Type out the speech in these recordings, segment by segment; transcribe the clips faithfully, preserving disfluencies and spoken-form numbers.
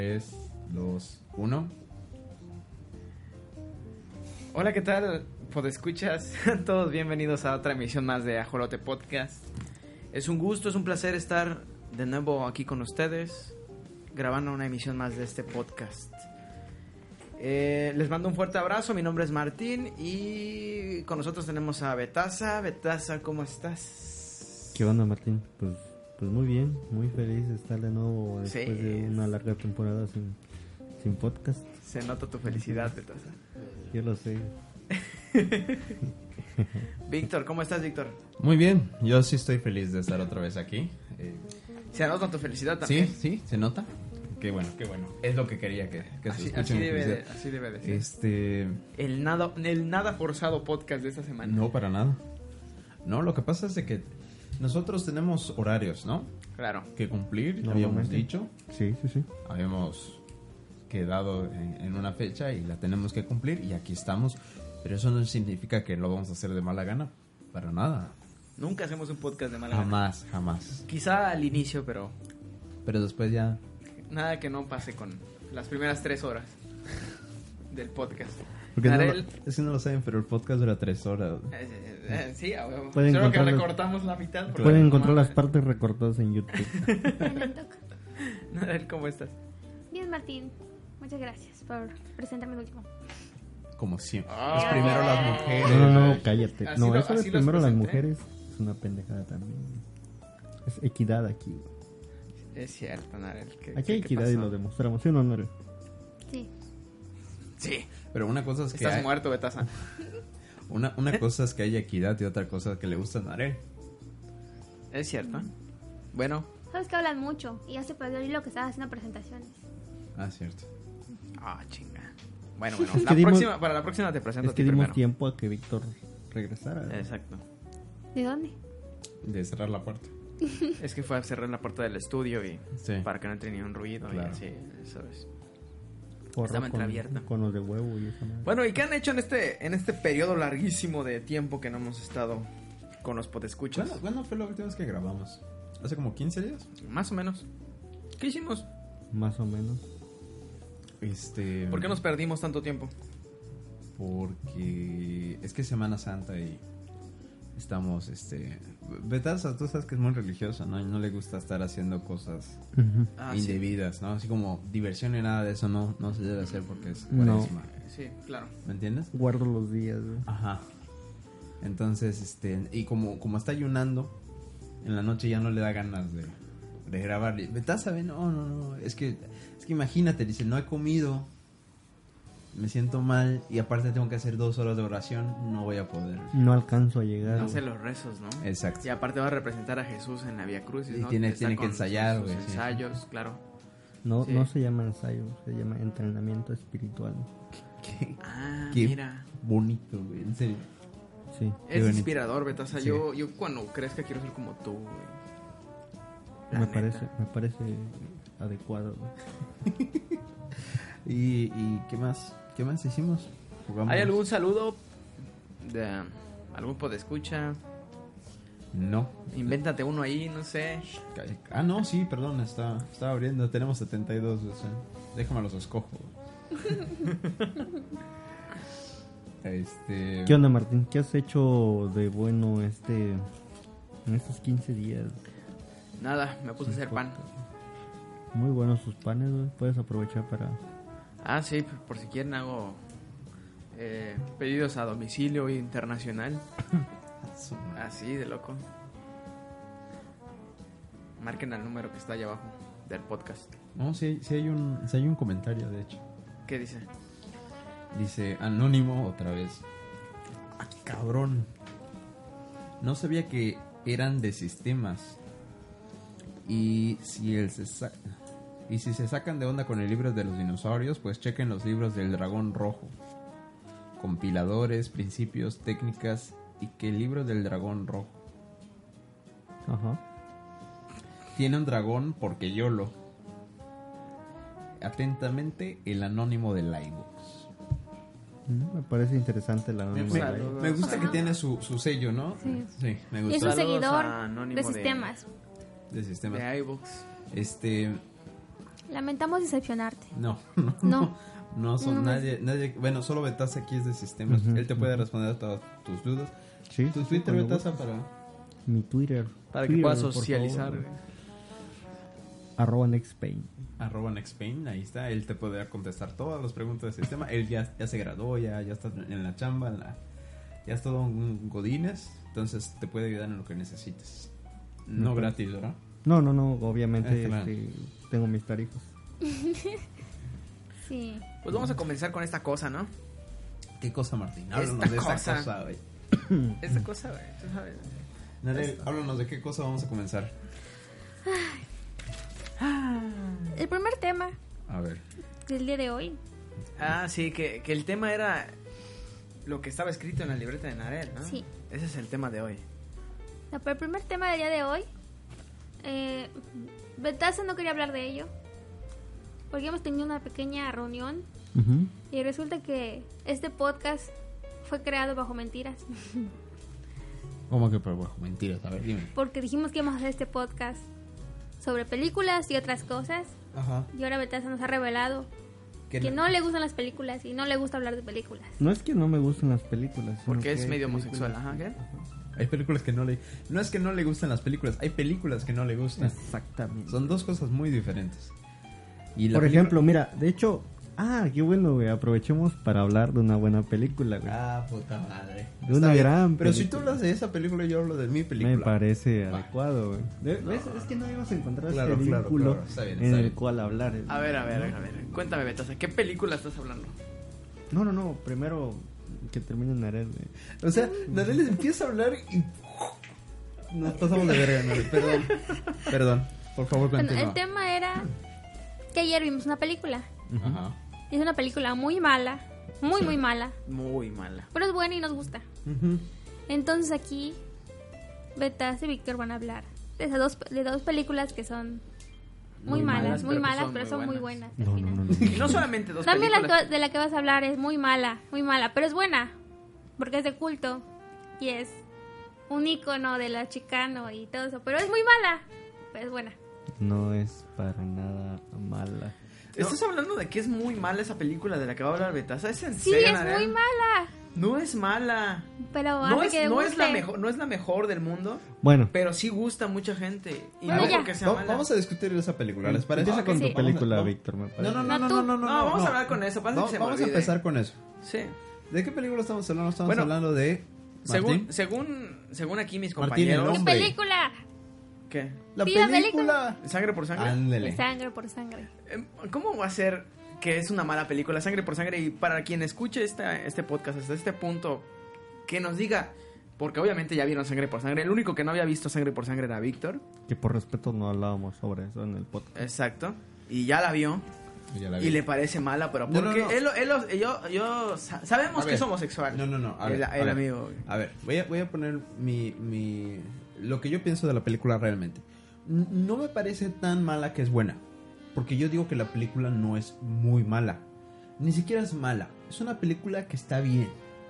tres, dos, uno. Hola, ¿qué tal? Podescuchas, todos bienvenidos a otra emisión más de Ajolote Podcast. Es un gusto, es un placer estar de nuevo aquí con ustedes, grabando una emisión más de este podcast. Eh, les mando un fuerte abrazo, mi nombre es Martín y con nosotros tenemos a Betasa. Betasa, ¿cómo estás? ¿Qué onda, Martín? Pues, pues muy bien, muy feliz de estar de nuevo después Sí. de una larga temporada sin, sin podcast. Se nota tu felicidad, Betasa. Yo lo sé. Víctor, ¿cómo estás, Víctor? Muy bien, yo sí estoy feliz de estar otra vez aquí. Eh, Se nota tu felicidad también. sí, sí, se nota. Qué bueno, qué bueno. Es lo que quería que, que se Así, escuche así, mi debe de, felicidad. así debe de ser. Este, El nada, el nada forzado podcast de esta semana. no para nada. No, lo que pasa es de que nosotros tenemos horarios, ¿no? Claro. Que cumplir, Normalmente. habíamos dicho. Sí, sí, sí. Habíamos quedado en, en una fecha y la tenemos que cumplir y aquí estamos. Pero eso no significa que lo vamos a hacer de mala gana. Para nada. Nunca hacemos un podcast de mala gana. Jamás, jamás. Quizá al inicio, pero Pero después ya... nada que no pase con las primeras tres horas del podcast. Porque no, Narel, es que no lo saben, pero el podcast dura tres horas. eh, eh, eh, sí, a huevo. Pueden Solo que encontrar las- recortamos la mitad. porque Pueden no encontrar mames. las partes recortadas en YouTube. Narel, ¿cómo estás? Bien, Martín. Muchas gracias por presentarme el último. Como siempre. Ah. Es primero las mujeres. No, no, no, güey. cállate. Así No, lo- eso de así los primero las presenté. mujeres es una pendejada también. Es equidad aquí. Es cierto, Narel. ¿qué- Aquí qué- hay qué equidad y pasó? lo demostramos, ¿sí o no, Nore? Sí. Sí, Pero una cosa es que estás hay, muerto, Betasa. una, una cosa es que hay equidad y otra cosa es que le gusta a Narel. Es cierto. Bueno, Sabes que hablan mucho y ya se perdió el hilo que estabas haciendo presentaciones. Ah, cierto. ah, chinga. Bueno, bueno. Es La que dimos- próxima, para la próxima te presento Es a que ti dimos primero. tiempo a que Víctor regresara. Exacto. ¿De dónde? De cerrar la puerta. Es que fue a cerrar la puerta del estudio y Sí. para que no entre ni un ruido Claro. y así, eso es. Porro estaba con, entreabierta. con los de huevo y eso. ¿No? Bueno, ¿y qué han hecho en este en este periodo larguísimo de tiempo que no hemos estado con los podescuchas? ¿Cuándo, ¿Cuándo fue la última vez que grabamos? ¿Hace como quince días? Más o menos. ¿Qué hicimos? Más o menos. Este... ¿Por qué nos perdimos tanto tiempo? Porque es que es Semana Santa y estamos, este... Betasa, tú sabes que es muy religiosa, ¿no? Y no le gusta estar haciendo cosas Ujú. Ah, sí. indebidas, ¿no? Así como diversión y nada de eso no, no se debe hacer porque es No. cuaresma. Sí, claro. ¿Me entiendes? Guardo los días, güey. Ajá. Entonces, este... Y como, como está ayunando, en la noche ya no le da ganas de, de grabar. Y, Betasa, ve, no, no, no. Es que, es que imagínate, dice, no he comido, me siento mal y aparte tengo que hacer dos horas de oración, no voy a poder. No alcanzo a llegar. No hace los rezos, ¿no? Exacto. Y aparte va a representar a Jesús en la Vía Crucis, Y ¿no? tiene- Está tiene que con ensayar, sus güey, sí. ensayos, claro. No, Sí. no se llama ensayo, se llama entrenamiento espiritual. Qué, Ah, qué mira. bonito, güey, en serio. Sí. Qué Es bonito. inspirador, Betasa. Sí. Yo, yo cuando crezca quiero ser como tú, güey. La Me neta. parece, me parece adecuado. güey. ¿Y, y qué más? ¿Qué más hicimos? Jugamos. ¿Hay algún saludo de algún podescucha? No. Invéntate uno ahí, no sé. Ah, no, sí, perdón, está, estaba abriendo. Tenemos setenta y dos, o sea, déjame los escojo. Este... ¿Qué onda, Martín? ¿Qué has hecho de bueno este en estos quince días? Nada, me puse a hacer pan. Muy buenos sus panes, güey. Puedes aprovechar para... Ah, sí, por si quieren hago eh, pedidos a domicilio internacional. Así de loco. Marquen al número que está allá abajo del podcast. No, sí, sí hay un, sí hay un comentario, de hecho. ¿Qué dice? Dice, anónimo otra vez. Ah, cabrón. No sabía que eran de sistemas. Y si el se sa- y si se sacan de onda con el libro de los dinosaurios, pues chequen los libros del dragón rojo. Compiladores, principios, técnicas y que el libro del dragón rojo. Ajá. Tiene un dragón porque yo lo. Atentamente, el anónimo del iVoox. Mm, Me parece interesante la Me- anónima me- de ahí. Me gusta que tiene su, su sello, ¿no? Sí. Sí, me Y gusta. es un Saludos seguidor a Anónimo de de- sistemas. De sistemas. De iVoox. Este, Lamentamos decepcionarte. No, no, No. no. No son No, nadie, nadie. Bueno, solo Betasa aquí es de sistemas. Ujú, Él te puede ujú. responder a todas tus dudas. Sí, Tu sí, Twitter, cuando Betasa, gustes. para. Mi Twitter. Para que Twitter, puedas por socializar, favor. güey. Arroba NextPain. Arroba NextPain, ahí está. Él te podrá contestar todas las preguntas del sistema. Él ya, ya se graduó, ya, ya está en la chamba, en la, ya es todo un godines. Entonces te puede ayudar en lo que necesites. No Ok. gratis, ¿verdad? No, no, no, obviamente Ah, claro. este, tengo mis tarifas. Sí. Pues vamos a comenzar con esta cosa, ¿no? ¿Qué cosa, Martín? Esta Háblanos de esta cosa. cosa, güey. Esta cosa, güey, tú sabes. Narel, háblanos de qué cosa vamos a comenzar. El primer tema A ver. del día de hoy. Ah, sí, que, que el tema era lo que estaba escrito en la libreta de Narel, ¿no? Sí. Ese es el tema de hoy. No, pero el primer tema del día de hoy, eh, Betasa no quería hablar de ello, porque hemos tenido una pequeña reunión Ujú. y resulta que este podcast fue creado bajo mentiras, ¿Cómo que por bajo mentiras? A ver, dime. porque dijimos que íbamos a hacer este podcast sobre películas y otras cosas, Ajá. y ahora Betasa nos ha revelado ¿Qué que no le gustan las películas y no le gusta hablar de películas. No es que no me gusten las películas. sino Porque que es hay medio películas- homosexual, ajá, ¿qué? Hay películas que no le... No es que no le gustan las películas, hay películas que no le gustan. Exactamente. Son dos cosas muy diferentes. Y la Por película- ejemplo, mira, de hecho, ah, qué bueno, güey, aprovechemos para hablar de una buena película, güey. Ah, puta madre. De una gran Pero si tú película. hablas de esa película, yo hablo de mi película. Me parece Va. adecuado, güey. De- ¿Ves? Es que no íbamos a encontrar Claro, este claro, vínculo claro. Está bien, en está el bien. cual hablar. A ver, a ver, a ver. Cuéntame, Betasa, ¿qué película estás hablando? No, no, no, primero que termine Narel, güey. O sea, Narel empieza a hablar y... Nos pasamos de verga, Narel. Perdón. Perdón. Por favor, Bueno, continúa. el tema era que ayer vimos una película. Ajá. Y es una película muy mala, muy Sí. muy mala, Muy mala. pero es buena y nos gusta. Ujú. Entonces aquí Betasa y Víctor van a hablar de esas dos, de dos películas que son muy, Muy malas, malas, muy pero que malas, son pero muy son muy buenas. buenas. al No, no, final. no, no. Y no solamente dos También la películas. que- de la que vas a hablar es muy mala, muy mala, pero es buena, porque es de culto y es un icono de la chicano y todo eso, pero es muy mala, pero es buena. No es para nada mala. ¿Estás hablando de que es muy mala esa película de la que va a hablar Betasa? ¿Es en Sí, serio, es Narel? muy mala, No es mala. pero No hace es, que no, guste. es la mejor, no es la mejor del mundo, Bueno, pero sí gusta a mucha gente. Y Bueno, no ya. porque sea Va- mala. Vamos a discutir esa película, ¿les parece? empieza con Sí. tu película, Vamos a- Víctor, me parece. No, no, no, no, No, no, tú. no, no, No, vamos a hablar con eso, pasa Va- que se me Vamos a olvide. empezar con eso. Sí. ¿De qué película estamos hablando? Estamos Bueno, hablando de... Según, Martín. según, según aquí mis Martín, el compañeros... ¡Qué hombre. película! ¿Qué? La Sí, la película. ¿Sangre por sangre? Ándele. De sangre por sangre. Em, ¿Cómo va a ser que es una mala película? Sangre por sangre. Y para quien escuche esta, este podcast hasta este punto, que nos diga... Porque obviamente ya vieron Sangre por Sangre. El único que no había visto Sangre por Sangre era Víctor. Que por respeto no hablábamos sobre eso en el podcast. Exacto. Y ya la vio. Ya la vi. Y le parece mala, pero No, porque no, no. Él, él- él- yo, yo sa- sabemos A que ver. es homosexual. No, no, no. A el ver, a el ver. amigo. A ver, voy a, voy a poner mi, mi... Lo que yo pienso de la película realmente. N- No me parece tan mala que es buena. Porque yo digo que la película no es muy mala. Ni siquiera es mala. Es una película que está bien.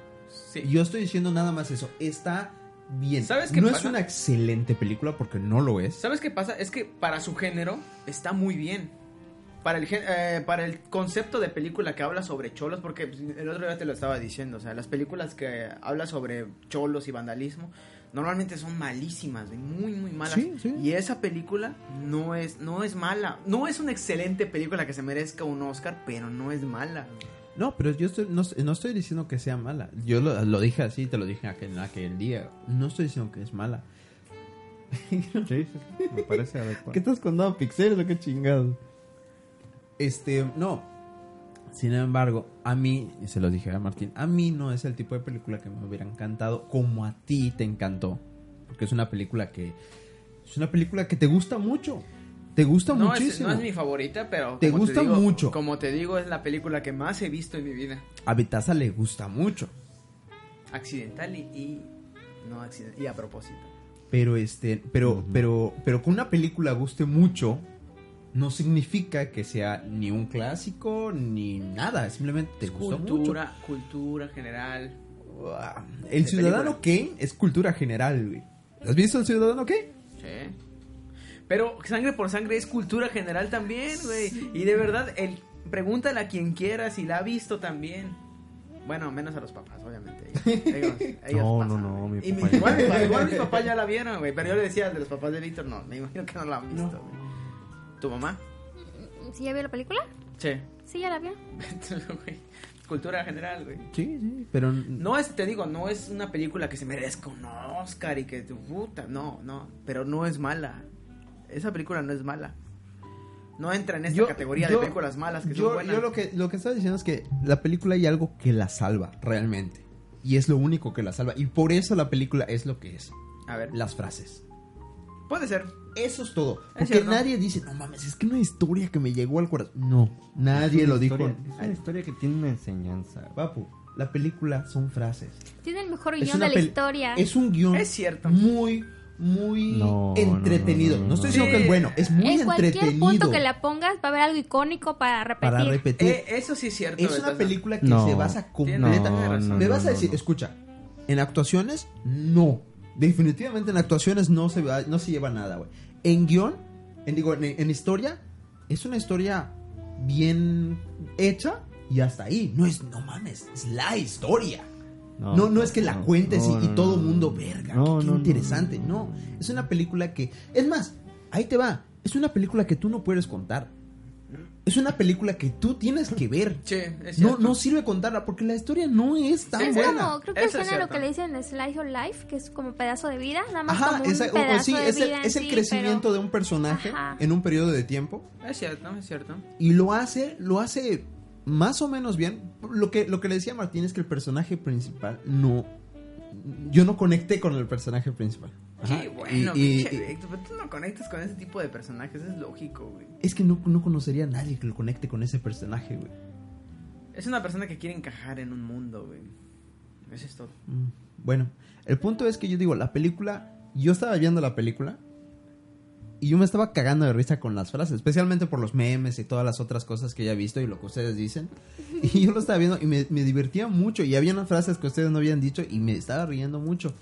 Sí. Yo estoy diciendo nada más eso. Está bien. ¿Sabes qué no pasa? es una excelente película porque no lo es. ¿Sabes qué pasa? Es que para su género está muy bien. Para el, gen- eh, para el concepto de película que habla sobre cholos, porque pues, el otro día te lo estaba diciendo, o sea, las películas que habla sobre cholos y vandalismo normalmente son malísimas, güey, muy muy malas. Sí, sí. Y esa película no es no es mala, no es una excelente película que se merezca un Oscar, pero no es mala. No, pero yo estoy, no, no estoy diciendo que sea mala. Yo lo, lo dije así, te lo dije aquel, aquel día. No estoy diciendo que es mala. Sí, sí, sí, me parece adecuado. ¿Qué estás contando pixeles o qué chingado? Este, no. Sin embargo, a mí, y se lo dije a Martín, a mí no es el tipo de película que me hubiera encantado como a ti te encantó. Porque es una película que... Es una película que te gusta mucho. Te gusta No es, muchísimo. no es mi favorita, pero Te como gusta digo- mucho. Como te digo, es la película que más he visto en mi vida. A Betasa le gusta mucho. Accidental y, y no accidental y a propósito. Pero este, pero, Ujú. pero, pero que una película guste mucho no significa que sea ni un clásico ni nada. Simplemente te gusta mucho. Cultura, cultura general. Uah, El De Ciudadano película. Kane es cultura general, güey. ¿Has visto El Ciudadano Kane? Sí. Pero Sangre por Sangre es cultura general también, güey. Sí. Y de verdad, el, pregúntale a quien quiera si la ha visto también. Bueno, menos a los papás, obviamente. Ellos, ellos no, pasan, no, no, mi y papá. Mi, igual, igual, igual mis papás ya la vieron, güey. Pero yo le decía al de los papás de Víctor, no, me imagino que no la han visto, güey. No. ¿Tu mamá? ¿Sí ya vio la película? Sí. Sí, ya la vio. Cultura general, güey. Sí, sí, pero... No es, te digo, no es una película que se merezca un Oscar y que... Puta, no, no. Pero no es mala. Esa película no es mala. No entra en esta yo, categoría yo, de películas malas que yo, son buenas. Yo lo que, lo que estaba diciendo es que la película hay algo que la salva, realmente. Y es lo único que la salva. Y por eso la película es lo que es. A ver. Las frases. Puede ser. Eso es todo. Es Porque cierto. nadie dice, no mames, es que una historia que me llegó al corazón. No, nadie lo dijo. Historia, es una historia que tiene una enseñanza. Papu, la película son frases. Tiene el mejor Es guión una de la pel- historia. Es un guión Es cierto. muy, muy No, entretenido. no, no, No, no, estoy no. diciendo Sí. que es bueno, es muy En cualquier entretenido. punto que la pongas va a haber algo icónico para repetir. Para repetir. Eh, eso sí es cierto. es una Betaza. película que No. se basa Tiene- completa. no, no, Me no, vas a no, decir, no. escucha, en actuaciones, no. Definitivamente en actuaciones no se, va- no se lleva nada, güey. En guión, en, digo, en, en historia, es una historia bien hecha y hasta ahí. No es, no mames, es la historia. No, no, es que la cuentes no, y, y no, todo no, el mundo, no. verga, No, qué no, no, interesante. no, No, no, no. es una película que... Es más, ahí te va. Es una película que tú no puedes contar. Es una película que tú tienes que ver. Sí, es No, cierto. no sirve contarla porque la historia no es tan Sí, Es buena. como, creo que Eso es es género cierto. que le dicen Slice of Life, que es como pedazo de vida, nada más Ajá, como un esa- o- o pedazo sí, de es el, vida en es el sí, crecimiento pero- de un personaje Ajá. en un periodo de tiempo Es cierto, es cierto. y lo hace, lo hace más o menos bien. Lo que, lo que le decía a Martín es que el personaje principal no, yo no conecté con el personaje principal. Ajá. Qué bueno, Y- y- pinche y- Víctor, pero tú no conectas con ese tipo de personajes, es lógico, güey. es que no, no conocería a nadie que lo conecte con ese personaje, güey. Es una persona que quiere encajar en un mundo, güey. Eso es todo. Mm, Bueno, el punto es que yo digo, la película, yo estaba viendo la película y yo me estaba cagando de risa con las frases, especialmente por los memes y todas las otras cosas que ya he visto y lo que ustedes dicen. Y yo lo estaba viendo y me, me divertía mucho y había unas frases que ustedes no habían dicho y me estaba riendo mucho.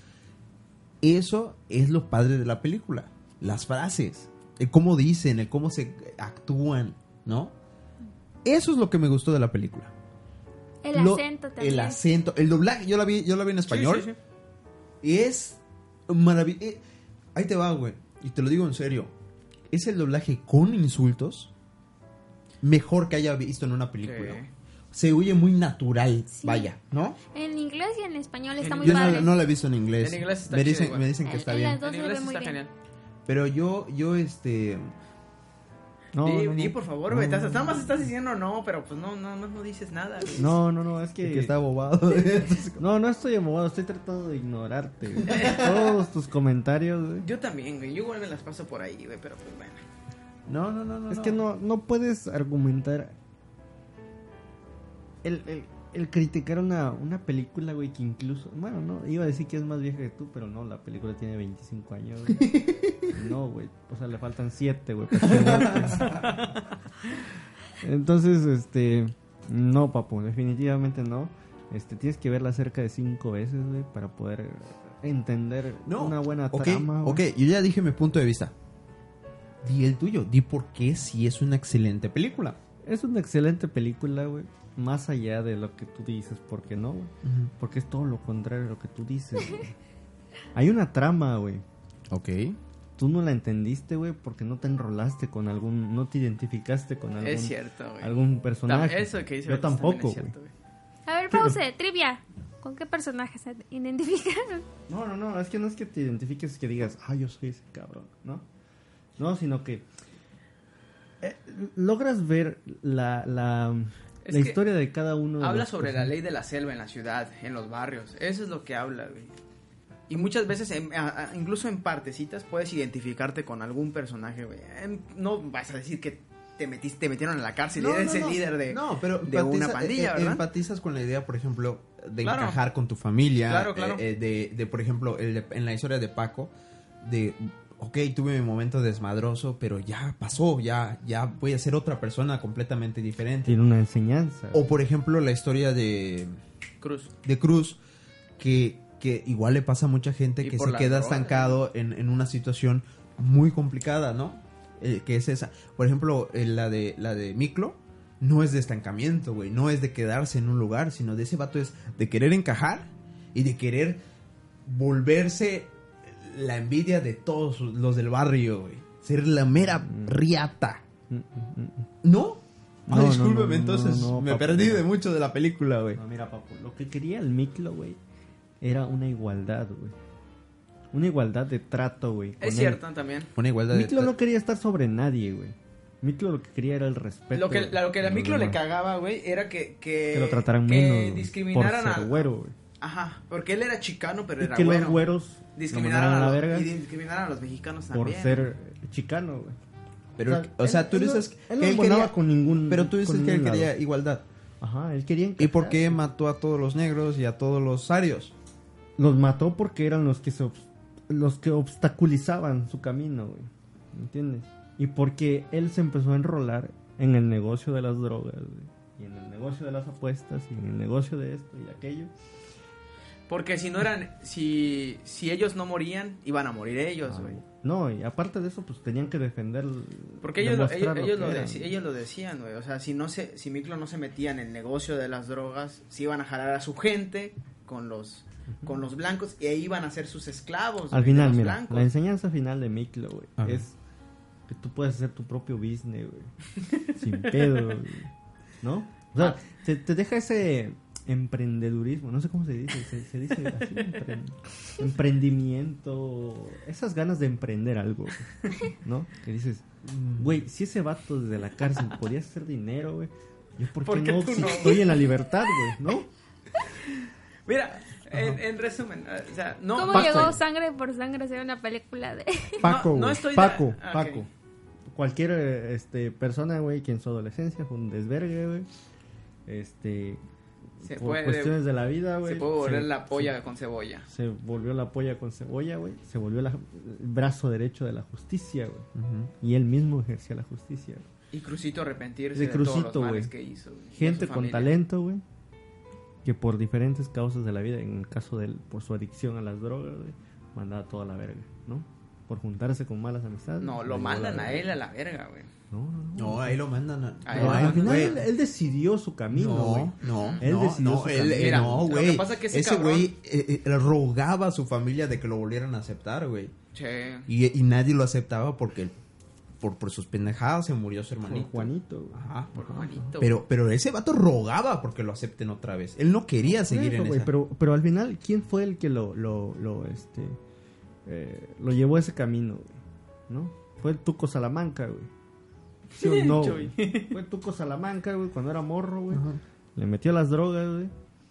Eso es lo padre de la película, las frases, el cómo dicen, el cómo se actúan, ¿no? Eso es lo que me gustó de la película. El Lo- acento también. El acento, el doblaje, yo la vi, yo la vi en español. Sí, sí, sí. Y es maravilloso. Ahí te va, güey. Y te lo digo en serio. Es el doblaje con insultos mejor que haya visto en una película. Sí. Se oye muy natural, Sí. vaya, ¿no? En inglés y en español está En muy Yo no, padre. no la he visto en inglés. En inglés está me chido dicen, igual. me dicen que En- está en bien. las dos En se ve inglés muy está bien. genial. Pero yo, yo, este... No, di, no, di, no. por favor, No, Betaza. no, Nada más estás diciendo no, pero pues no, no, no, no dices nada, güey. No, no, no, es que... Que está abobado. No, no estoy embobado, estoy tratando de ignorarte. güey. Todos tus comentarios, güey. Yo también, güey. Yo igual me las paso por ahí, güey, pero pues bueno. No, no, no, no. Es que no, no puedes argumentar el, el, el criticar una, una película, güey, que incluso... Bueno, no, iba a decir que es más vieja que tú, pero no, la película tiene veinticinco años. Güey. No, güey, o sea, le faltan siete, güey. para estrenarte. Entonces, este... No, papu, definitivamente no. Este, tienes que verla cerca de cinco veces, güey, para poder entender No, una buena ok, trama. güey. ok, yo ya dije mi punto de vista. Di el tuyo, di por qué si es una excelente película. Es una excelente película, güey. Más allá de lo que tú dices, ¿por qué no, güey? Porque es todo lo contrario de lo que tú dices, güey. Hay una trama, güey. Ok. Tú no la entendiste, güey, porque no te enrolaste con algún... No te identificaste con algún, Es cierto, güey. algún personaje. Tam- Eso que dice Yo Betaza también tampoco, es cierto, güey. A ver, pause, trivia. ¿Con qué personaje se identifican? No, no, no, es que no es que te identifiques, es que digas, ah, yo soy ese cabrón, ¿no? No, sino que eh, logras ver la, la, Es la que historia de cada uno de Habla los sobre la personajes. ley de la selva en la ciudad, en los barrios. Eso es lo que habla, güey. Y muchas veces, en- a- a- incluso en partecitas, puedes identificarte con algún personaje, güey. Em, No vas a decir que te metiste, te metieron en la cárcel y eres el líder de, no, pero de una empatiza- pandilla, eh, ¿verdad? Empatizas con la idea, por ejemplo, de Claro. encajar con tu familia. Claro, claro. eh, eh, de, de, por ejemplo, el de- en la historia de Paco, de, ok, tuve mi momento desmadroso, pero ya pasó, ya, ya voy a ser otra persona completamente diferente. Tiene una enseñanza. O, por ejemplo, la historia de, Cruz. de Cruz, que, que igual le pasa a mucha gente Y que por se las queda drogas. estancado en, en una situación muy complicada, ¿no? Eh, que es esa. Por ejemplo, eh, la de la de Miklo no es de estancamiento, güey. No es de quedarse en un lugar, sino de ese vato es de querer encajar y de querer volverse la envidia de todos los del barrio, güey. Ser la mera riata. ¿No? Ah, No, discúlpeme, no, no, entonces no, no, me papu, perdí no. de mucho de la película, güey. No, mira, papu, lo que quería el Miklo, güey, era una igualdad, güey. Una igualdad de trato, güey. con Es él. cierto también. Una igualdad de... Miklo no quería estar sobre nadie, güey. Miklo lo que quería era el respeto. Lo que, la- lo que a de los Miklo le demás. cagaba, güey, era que... Que, Que lo trataran que menos, güey, discriminaran por ser a... güero, güey. Ajá, porque él era chicano, pero Y era que güero. los güeros lo Discriminaran mandaran a, a la los, verga y discriminaran a los mexicanos por también. ser chicano, güey. Pero, o sea, él- tú él no- dices él no que él embonaba quería... con ningún... Pero tú dices con que él ningún quería lado. igualdad. Ajá, él quería ¿Y encajar. por qué mató a todos los negros y a todos los arios? Los mató porque eran los que se obs- los que obstaculizaban su camino, güey. ¿Me entiendes? Y porque él se empezó a enrolar en el negocio de las drogas, güey. Y en el negocio de las apuestas, y en el negocio de esto y de aquello. Porque si no eran... Si, si ellos no morían, iban a morir ellos, Ah, güey. No, y aparte de eso, pues tenían que defender. Porque ellos lo, demostrar ellos, ellos que lo eran. deci- ellos lo decían, güey. O sea, si no se, si Miklo no se metía en el negocio de las drogas, se iban a jalar a su gente con los, con los blancos y ahí iban a ser sus esclavos. Al güey, de final, los mira, blancos. la enseñanza final de Miklo, güey, Ajá. es que tú puedes hacer tu propio business, güey. Sin pedo, güey. ¿No? O sea, Ah. te, te deja ese emprendedurismo, no sé cómo se dice, se, se dice así, empre- emprendimiento, esas ganas de emprender algo, güey, ¿no? Que dices, güey, si ese vato desde la cárcel podía hacer dinero, güey, yo por qué, ¿Por qué no, tú si no? estoy en la libertad, güey, ¿no? Mira, en, en resumen, o sea, no... ¿Cómo Paco, llegó Sangre por Sangre a ser una película de... Paco, No, no güey, estoy de- Paco, ah, ok. Paco. Cualquier eh, este, persona, güey, que en su adolescencia fue un desvergue, güey. Este, Se por puede- cuestiones de la vida, güey. Se puede volver se- la polla con cebolla. Se, se volvió la polla con cebolla, güey. Se volvió la- el brazo derecho de la justicia, güey. Y él mismo ejercía la justicia, güey. Y Crucito arrepentirse De de, todos Crucito, los males güey. que hizo. güey, y a Gente su con familia. talento, güey. Que por diferentes causas de la vida, en el caso de él, por su adicción a las drogas, güey, mandaba toda la verga, ¿no? Por juntarse con malas amistades. No, le lo llevó mandan la a verga. él a la verga, güey. No, no, no. No, ahí lo mandan a... A Pero él, al final güey. él, él decidió su camino, güey. No, no, Él no, decidió no, su él, camino. eh, Mira, no, lo que güey. pasa es que ese ese cabrón- güey eh, eh, rogaba a su familia de que lo volvieran a aceptar, güey. Che. Y, y nadie lo aceptaba porque por, por sus pendejadas se murió su Por hermanito. Juanito, güey. Ajá. Por Juanito. Pero, pero ese vato rogaba porque lo acepten otra vez. Él no quería seguir Eso, en güey, esa. pero, pero al final, ¿quién fue el que lo, lo, lo, este, eh, lo llevó a ese camino, güey? ¿No? Fue el Tuco Salamanca, güey. ¿Sí o no? Choy. güey? Fue el Tuco Salamanca, güey, cuando era morro, güey. Ajá. Le metió las drogas, güey.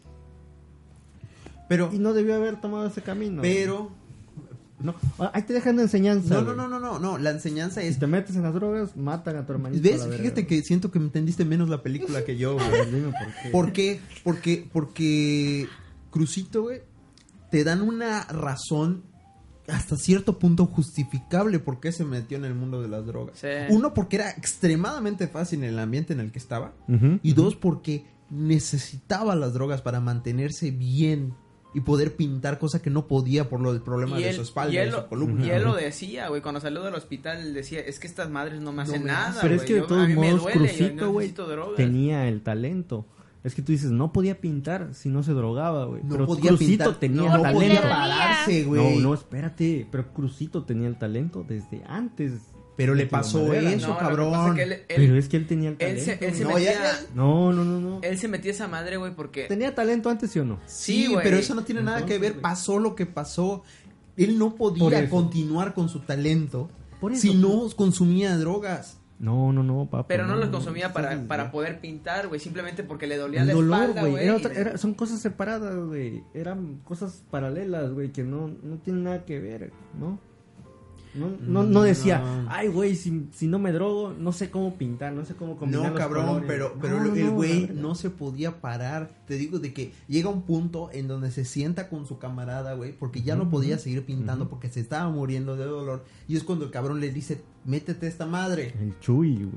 Pero, Y no debió haber tomado ese camino. pero... güey. No, ah, ahí te dejan de enseñanza, No, no, güey. no, no, no, no. La enseñanza Si es... te metes en las drogas, matan a tu hermanito. ¿Ves? a la verga, Fíjate güey. que siento que me entendiste menos la película que yo, A güey. ver, dime por qué. ¿Por qué? Porque, porque Crucito, güey, te dan una razón hasta cierto punto justificable por qué se metió en el mundo de las drogas. Sí. Uno, porque era extremadamente fácil en el ambiente en el que estaba. Ujú, Y ujú. dos, porque necesitaba las drogas para mantenerse bien y poder pintar, cosa que no podía por lo del problema Y de él, su espalda y y, él su lo- columna. y él güey. lo decía, güey, cuando salió del hospital, él decía, es que estas madres no me No hacen me nada, hacen. Pero es güey, que de yo- a todos mí me modos, duele, yo Crucito, güey, necesito drogas". tenía el talento. Es que tú dices, no podía pintar si no se drogaba, güey. No pero podía Crucito pintar, tenía no, no talento. podía Le dolía. pararse, No, güey. no, espérate. Pero Crucito tenía el talento desde antes. Pero le de que lo pasó madrearan. eso, No, lo que cabrón. pasa es que él, él- Pero es que él tenía el él talento. se, él se No, metía, ya- No, no, no, no. él se metía esa madre, güey, porque... ¿Tenía talento antes, sí o no? Sí, Sí, güey. pero eso no tiene nada que Entonces, ver. güey. Pasó lo que pasó. Él no Por podía eso. continuar con su talento Por eso. si no consumía drogas. No, no, no, papá. Pero no los consumía no, para, estás para desviado. poder pintar, güey, simplemente porque le dolía El la dolor, espalda, güey. güey. Era y otra- le- era- son cosas separadas, güey. Eran cosas paralelas, güey, que no, no tienen nada que ver, ¿no? No, no, no decía, No. ay, güey, si, si no me drogo, no sé cómo pintar, no sé cómo combinar No, los cabrón, colores". pero, No, pero no, el no, güey la verga. no se podía parar. Te digo de que llega un punto en donde se sienta con su camarada, güey, porque ya no Ujú, podía ujú. seguir pintando porque se estaba muriendo de dolor. Y es cuando el cabrón le dice, métete esta madre. El Chuy, güey.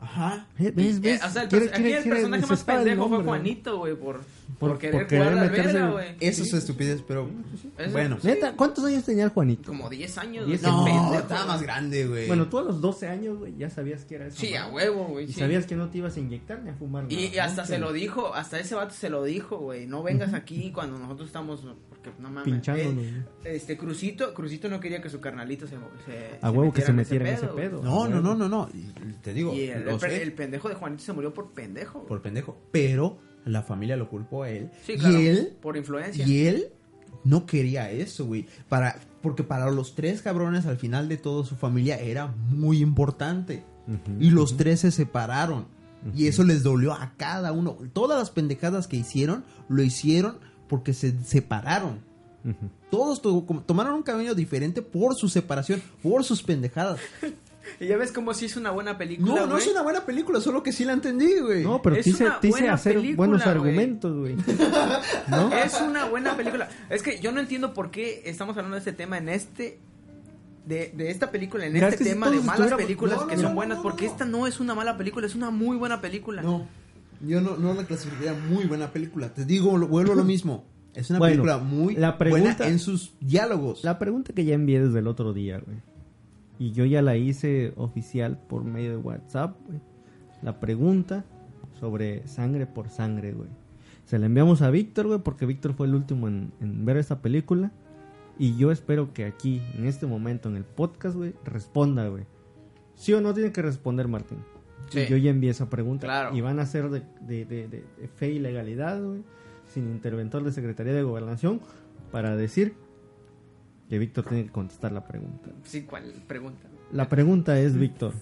Ajá. ¿Ves? ¿Ves? Eh, o sea, el, Quiere- pers- aquí quiere- el quiere- personaje se más sabe el pendejo fue nombre, Juanito, güey, por, por, Por- querer por querer jugar la meterse- alberga, güey. Eso Sí. es estupidez, pero Eso- bueno. Neta, ¿cuántos años tenía el Juanito? Como diez años, Diez güey, No, qué pendejo, estaba güey. más grande, güey. Bueno, tú a los doce años, güey, ya sabías que era eso. Sí, a huevo, güey. Y sí. sabías que no te ibas a inyectar ni a fumar. Y, nada, y hasta ¿no? se Que- lo dijo, hasta ese vato se lo dijo, güey. No vengas aquí cuando nosotros estamos, porque no mames. Pinchándonos, Eh, este Crucito, Crucito no quería que su carnalito se, se A huevo que se metiera en ese güey. pedo. No, no, no, no, no. Y te digo, Y el, lo el pe- sé, el pendejo de Juanito se murió por pendejo. güey. por pendejo. Pero la familia lo culpó a él. Sí, claro. Y él, por influencia. y él no quería eso, güey. Para, porque para los tres cabrones, al final de todo, su familia era muy importante. Ujú, Y los ujú. tres se separaron. Y eso les dolió a cada uno. Todas las pendejadas que hicieron, lo hicieron porque se separaron. Ujú. Todos to- como- tomaron un camino diferente por su separación, por sus pendejadas. Y ya ves cómo si es una buena película, No, no güey. es una buena película, solo que sí la entendí, güey. No, pero Es quise, una quise buena hacer película, buenos güey. argumentos, güey. ¿No? Es una buena película. Es que yo no entiendo por qué estamos hablando de este tema en este... De, de esta película, en Mira, este es que si tema de todos malas estuviéramos- películas no, no, que no, son no, buenas, no, porque no. esta no es una mala película, es una muy buena película. No, yo no, no la clasificaría muy buena película. Te digo, lo- vuelvo a lo mismo. Es una Bueno, película muy la pregunta- buena en sus diálogos. La pregunta que ya envié desde el otro día, güey. Y yo ya la hice oficial por medio de WhatsApp, güey. La pregunta sobre sangre por sangre, güey. Se la enviamos a Víctor, güey, porque Víctor fue el último en, en ver esta película. Y yo espero que aquí, en este momento, en el podcast, güey, responda, güey. ¿Sí o no tiene que responder, Martín? Sí. Y yo ya envié esa pregunta. Claro. Y van a ser de, de, de, de- de fe y legalidad, güey. Sin interventor de Secretaría de Gobernación. Para decir que Víctor tiene que contestar la pregunta. Sí, ¿cuál pregunta? La pregunta es, Víctor,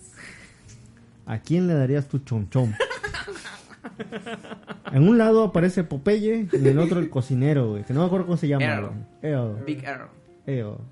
¿a quién le darías tu chomchom? En un lado aparece Popeye y en el otro el cocinero, güey, que no me acuerdo cómo se llama. Arrow. güey. Eo, Big Arrow. eo.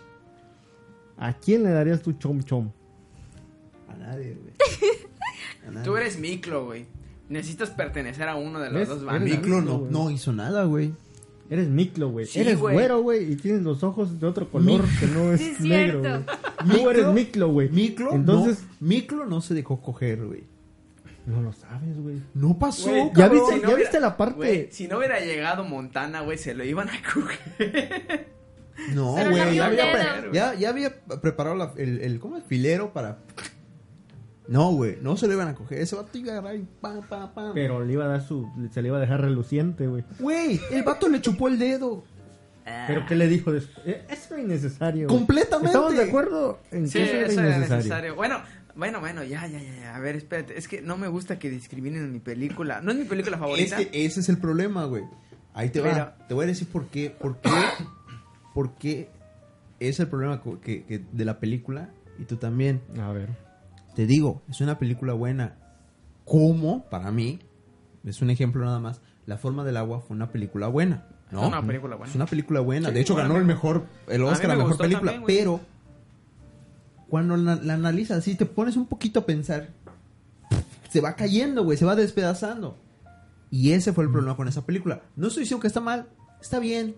¿A quién le darías tu chomchom? A nadie, güey. A nadie. Tú eres Miklo, güey. Necesitas pertenecer a uno de las ¿Ves? dos Eres bandas. Miklo no, güey. no hizo nada, güey. Eres Miklo, güey. Sí, eres güey. güero, güey, y tienes los ojos de otro color que no es Sí, es negro, güey. cierto. Tú Miklo- eres Miklo, güey. Miklo, Entonces, no, Miklo no se dejó coger, güey. no lo sabes, güey. No pasó, Güey, ¿Ya cabrón. viste, Si no ¿ya hubiera- viste la parte? Güey, si no hubiera llegado Montana, güey, se lo iban a coger. No, Pero le güey. dio Ya, un había dedo. pre- ya, ya había preparado la- el, el, ¿cómo es? Filero para... No, güey. No se lo iban a coger. Ese vato iba a agarrar y pam, pam, pam. Pero le iba a dar su... Se le iba a dejar reluciente, güey. Güey, el vato le chupó el dedo. ¿Pero qué le dijo después? Eh, Eso era innecesario. güey. Completamente. ¿Estamos de acuerdo en Sí, que eso era eso era innecesario? necesario. Bueno, bueno, bueno, ya, ya, ya, ya. A ver, espérate. Es que no me gusta que discriminen mi película. No es mi película Es favorita. que ese es el problema, güey. Ahí te Pero- va. Te voy a decir por qué. Por qué. Por qué es el problema co- que, que de la película. Y tú también. A ver. Te digo, es una película buena. Como, para mí, es un ejemplo nada más. La forma del agua fue una película buena. ¿no? Es una película buena. Es una película buena. Sí, de hecho, bueno, ganó a el mí- mejor, el a mí Oscar a me la mejor gustó película. también, güey. pero cuando la, la analizas así, te pones un poquito a pensar. Se va cayendo, güey. Se va despedazando. Y ese fue el problema con esa película. No estoy diciendo que está mal. Está bien.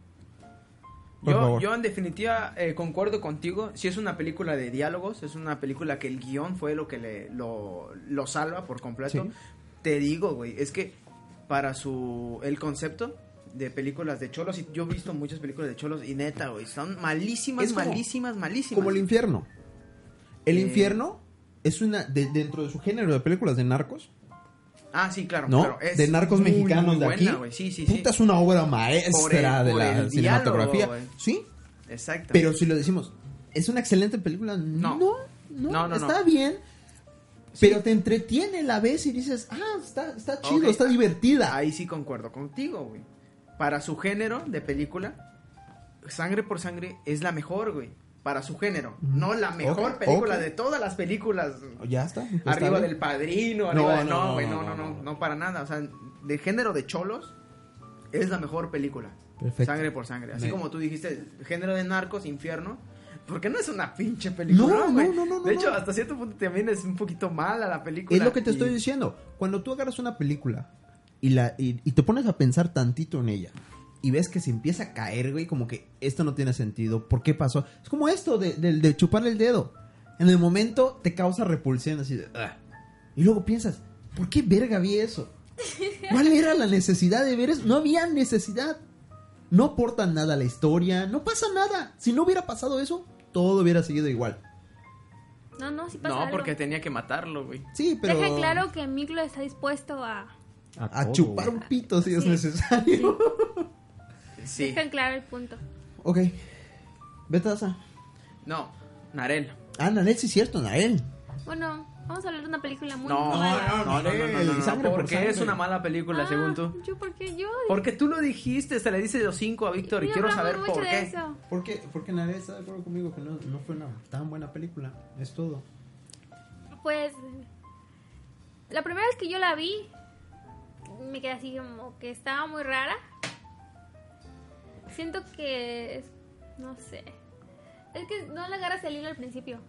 Por Yo, favor. yo en definitiva eh, concuerdo contigo. Si es una película de diálogos, es una película que el guión fue lo que le, lo, lo salva por completo. Sí. Te digo, güey, es que para su el concepto de películas de cholos, y yo he visto muchas películas de cholos y neta, güey, son malísimas, Es como- malísimas, malísimas. Como el infierno. El Eh. infierno es una... de- dentro de su género de películas de narcos. Ah, sí, claro. ¿No? claro, es de narcos muy, mexicanos muy de buena, aquí. güey, sí, sí, Puta, sí. es una obra Por maestra el- de por la el cinematografía. diálogo, güey. Sí, Exacto. pero si lo decimos, ¿es una excelente película? No, no, No, no, está no. bien. Sí. Pero te entretiene la vez y dices, ah, está, está chido, Ok, está divertida. Ahí sí concuerdo contigo, güey. Para su género de película, Sangre por Sangre es la mejor, güey. Para su género. No la mejor Ok, película ok. de todas las películas. Ya está. está Arriba bien. del Padrino, No, arriba de... no, No, güey, no, no, no, no, no, no. no, para nada. O sea, de género de cholos, es la mejor película. Perfecto. Sangre por Sangre. Así Me- como tú dijiste, el género de narcos, infierno. Porque no es una pinche película, No, güey. no, no, no, De no. hecho, hasta cierto punto también es un poquito mala la película. Es lo que te Y- estoy diciendo. Cuando tú agarras una película y, la, y, y te pones a pensar tantito en ella y ves que se empieza a caer, güey, como que esto no tiene sentido. ¿Por qué pasó? Es como esto de, de, de chuparle el dedo. En el momento te causa repulsión así de... "Ah". Y luego piensas, ¿por qué verga vi eso? ¿Cuál era la necesidad de ver eso? No había necesidad. No aportan nada a la historia, no pasa nada. Si no hubiera pasado eso, todo hubiera seguido igual. No, no, sí pasa No, algo. porque tenía que matarlo, güey. Sí, pero... Deja claro que Miklo está dispuesto a... A todo, chupar güey. un pito si es Sí. necesario. Sí. Dejan claro el punto. Ok. Betasa. No, Narel. Ah, Narel, sí es cierto, Narel. Bueno, vamos a hablar de una película muy No, mala. no, no, no, no, no, no, no, Sangre por porque sangre. es una mala película, Ah, según tú. Yo, porque yo... Porque tú lo dijiste, se le dice los cinco a Víctor y ya quiero hablamos saber mucho por de qué. eso. ¿Por qué? Porque Narel está de acuerdo conmigo que no, no fue una tan buena película. Es todo. Pues... La primera vez que yo la vi, me quedé así como que estaba muy rara. Siento que... No sé. Es que no le agarras el hilo al principio.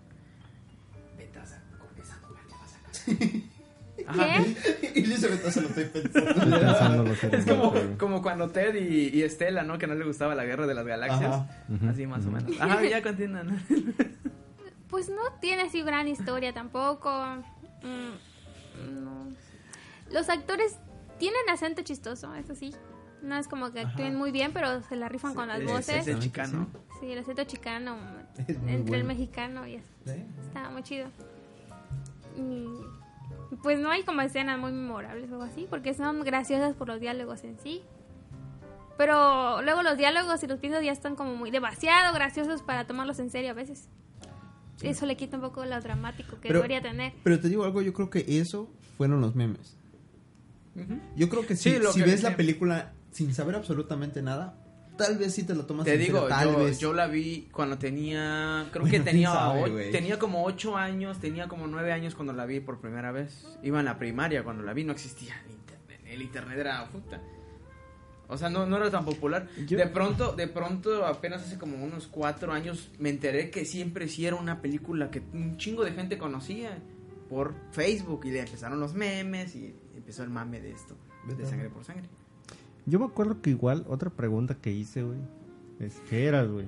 Ajá. ¿Qué? Y dice Betasa, lo estoy pensando. Estoy pensando lo Es seriamente, como, güey. como cuando Ted y, y Estela, ¿no? Que no le gustaba la guerra de las galaxias. Ajá. Ujú, Así más o ujú. menos. Ajá, ya continúan. Pues no tiene así gran historia tampoco. Mm, no. Los actores tienen acento chistoso, eso sí. No es como que actúen Ajá. muy bien, pero se la rifan con las Es- voces. es el chicano. Sí, el acento chicano Es muy entre el bueno. mexicano y eso. ¿Sí? Está muy chido. Y pues no hay como escenas muy memorables o algo así, porque son graciosas por los diálogos en sí. Pero luego los diálogos y los piensos ya están como muy demasiado graciosos para tomarlos en serio a veces. Eso le quita un poco lo dramático que Pero- debería tener. Pero te digo algo, yo creo que eso fueron los memes. Ujú. Yo creo que si, Sí, lo si que ves decía. la película sin saber absolutamente nada, tal vez sí te lo tomas Te en digo, serio, tal yo, vez. yo la vi cuando tenía, creo Bueno, que tenía, quién sabe, o- güey. tenía como ocho años, tenía como nueve años cuando la vi por primera vez. Iba en la primaria cuando la vi, no existía el internet, el internet era puta. O sea, no, no era tan popular. Yo- De pronto, de pronto, apenas hace como unos cuatro años, me enteré que siempre sí era una película que un chingo de gente conocía por Facebook y le empezaron los memes y empezó el mame de esto, de Sangre por Sangre. Yo me acuerdo que igual, otra pregunta que hice, güey, es ¿qué eras, güey?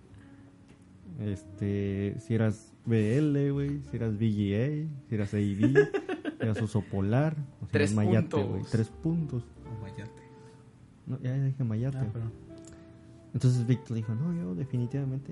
Este, si eras B L, güey, si eras V G A, si eras A B, si eras oso polar, o si Tres eras mayate, puntos. güey, tres puntos. Oh, mayate. No, ya dije mayate. Ah, pero... Entonces Víctor dijo, no, yo definitivamente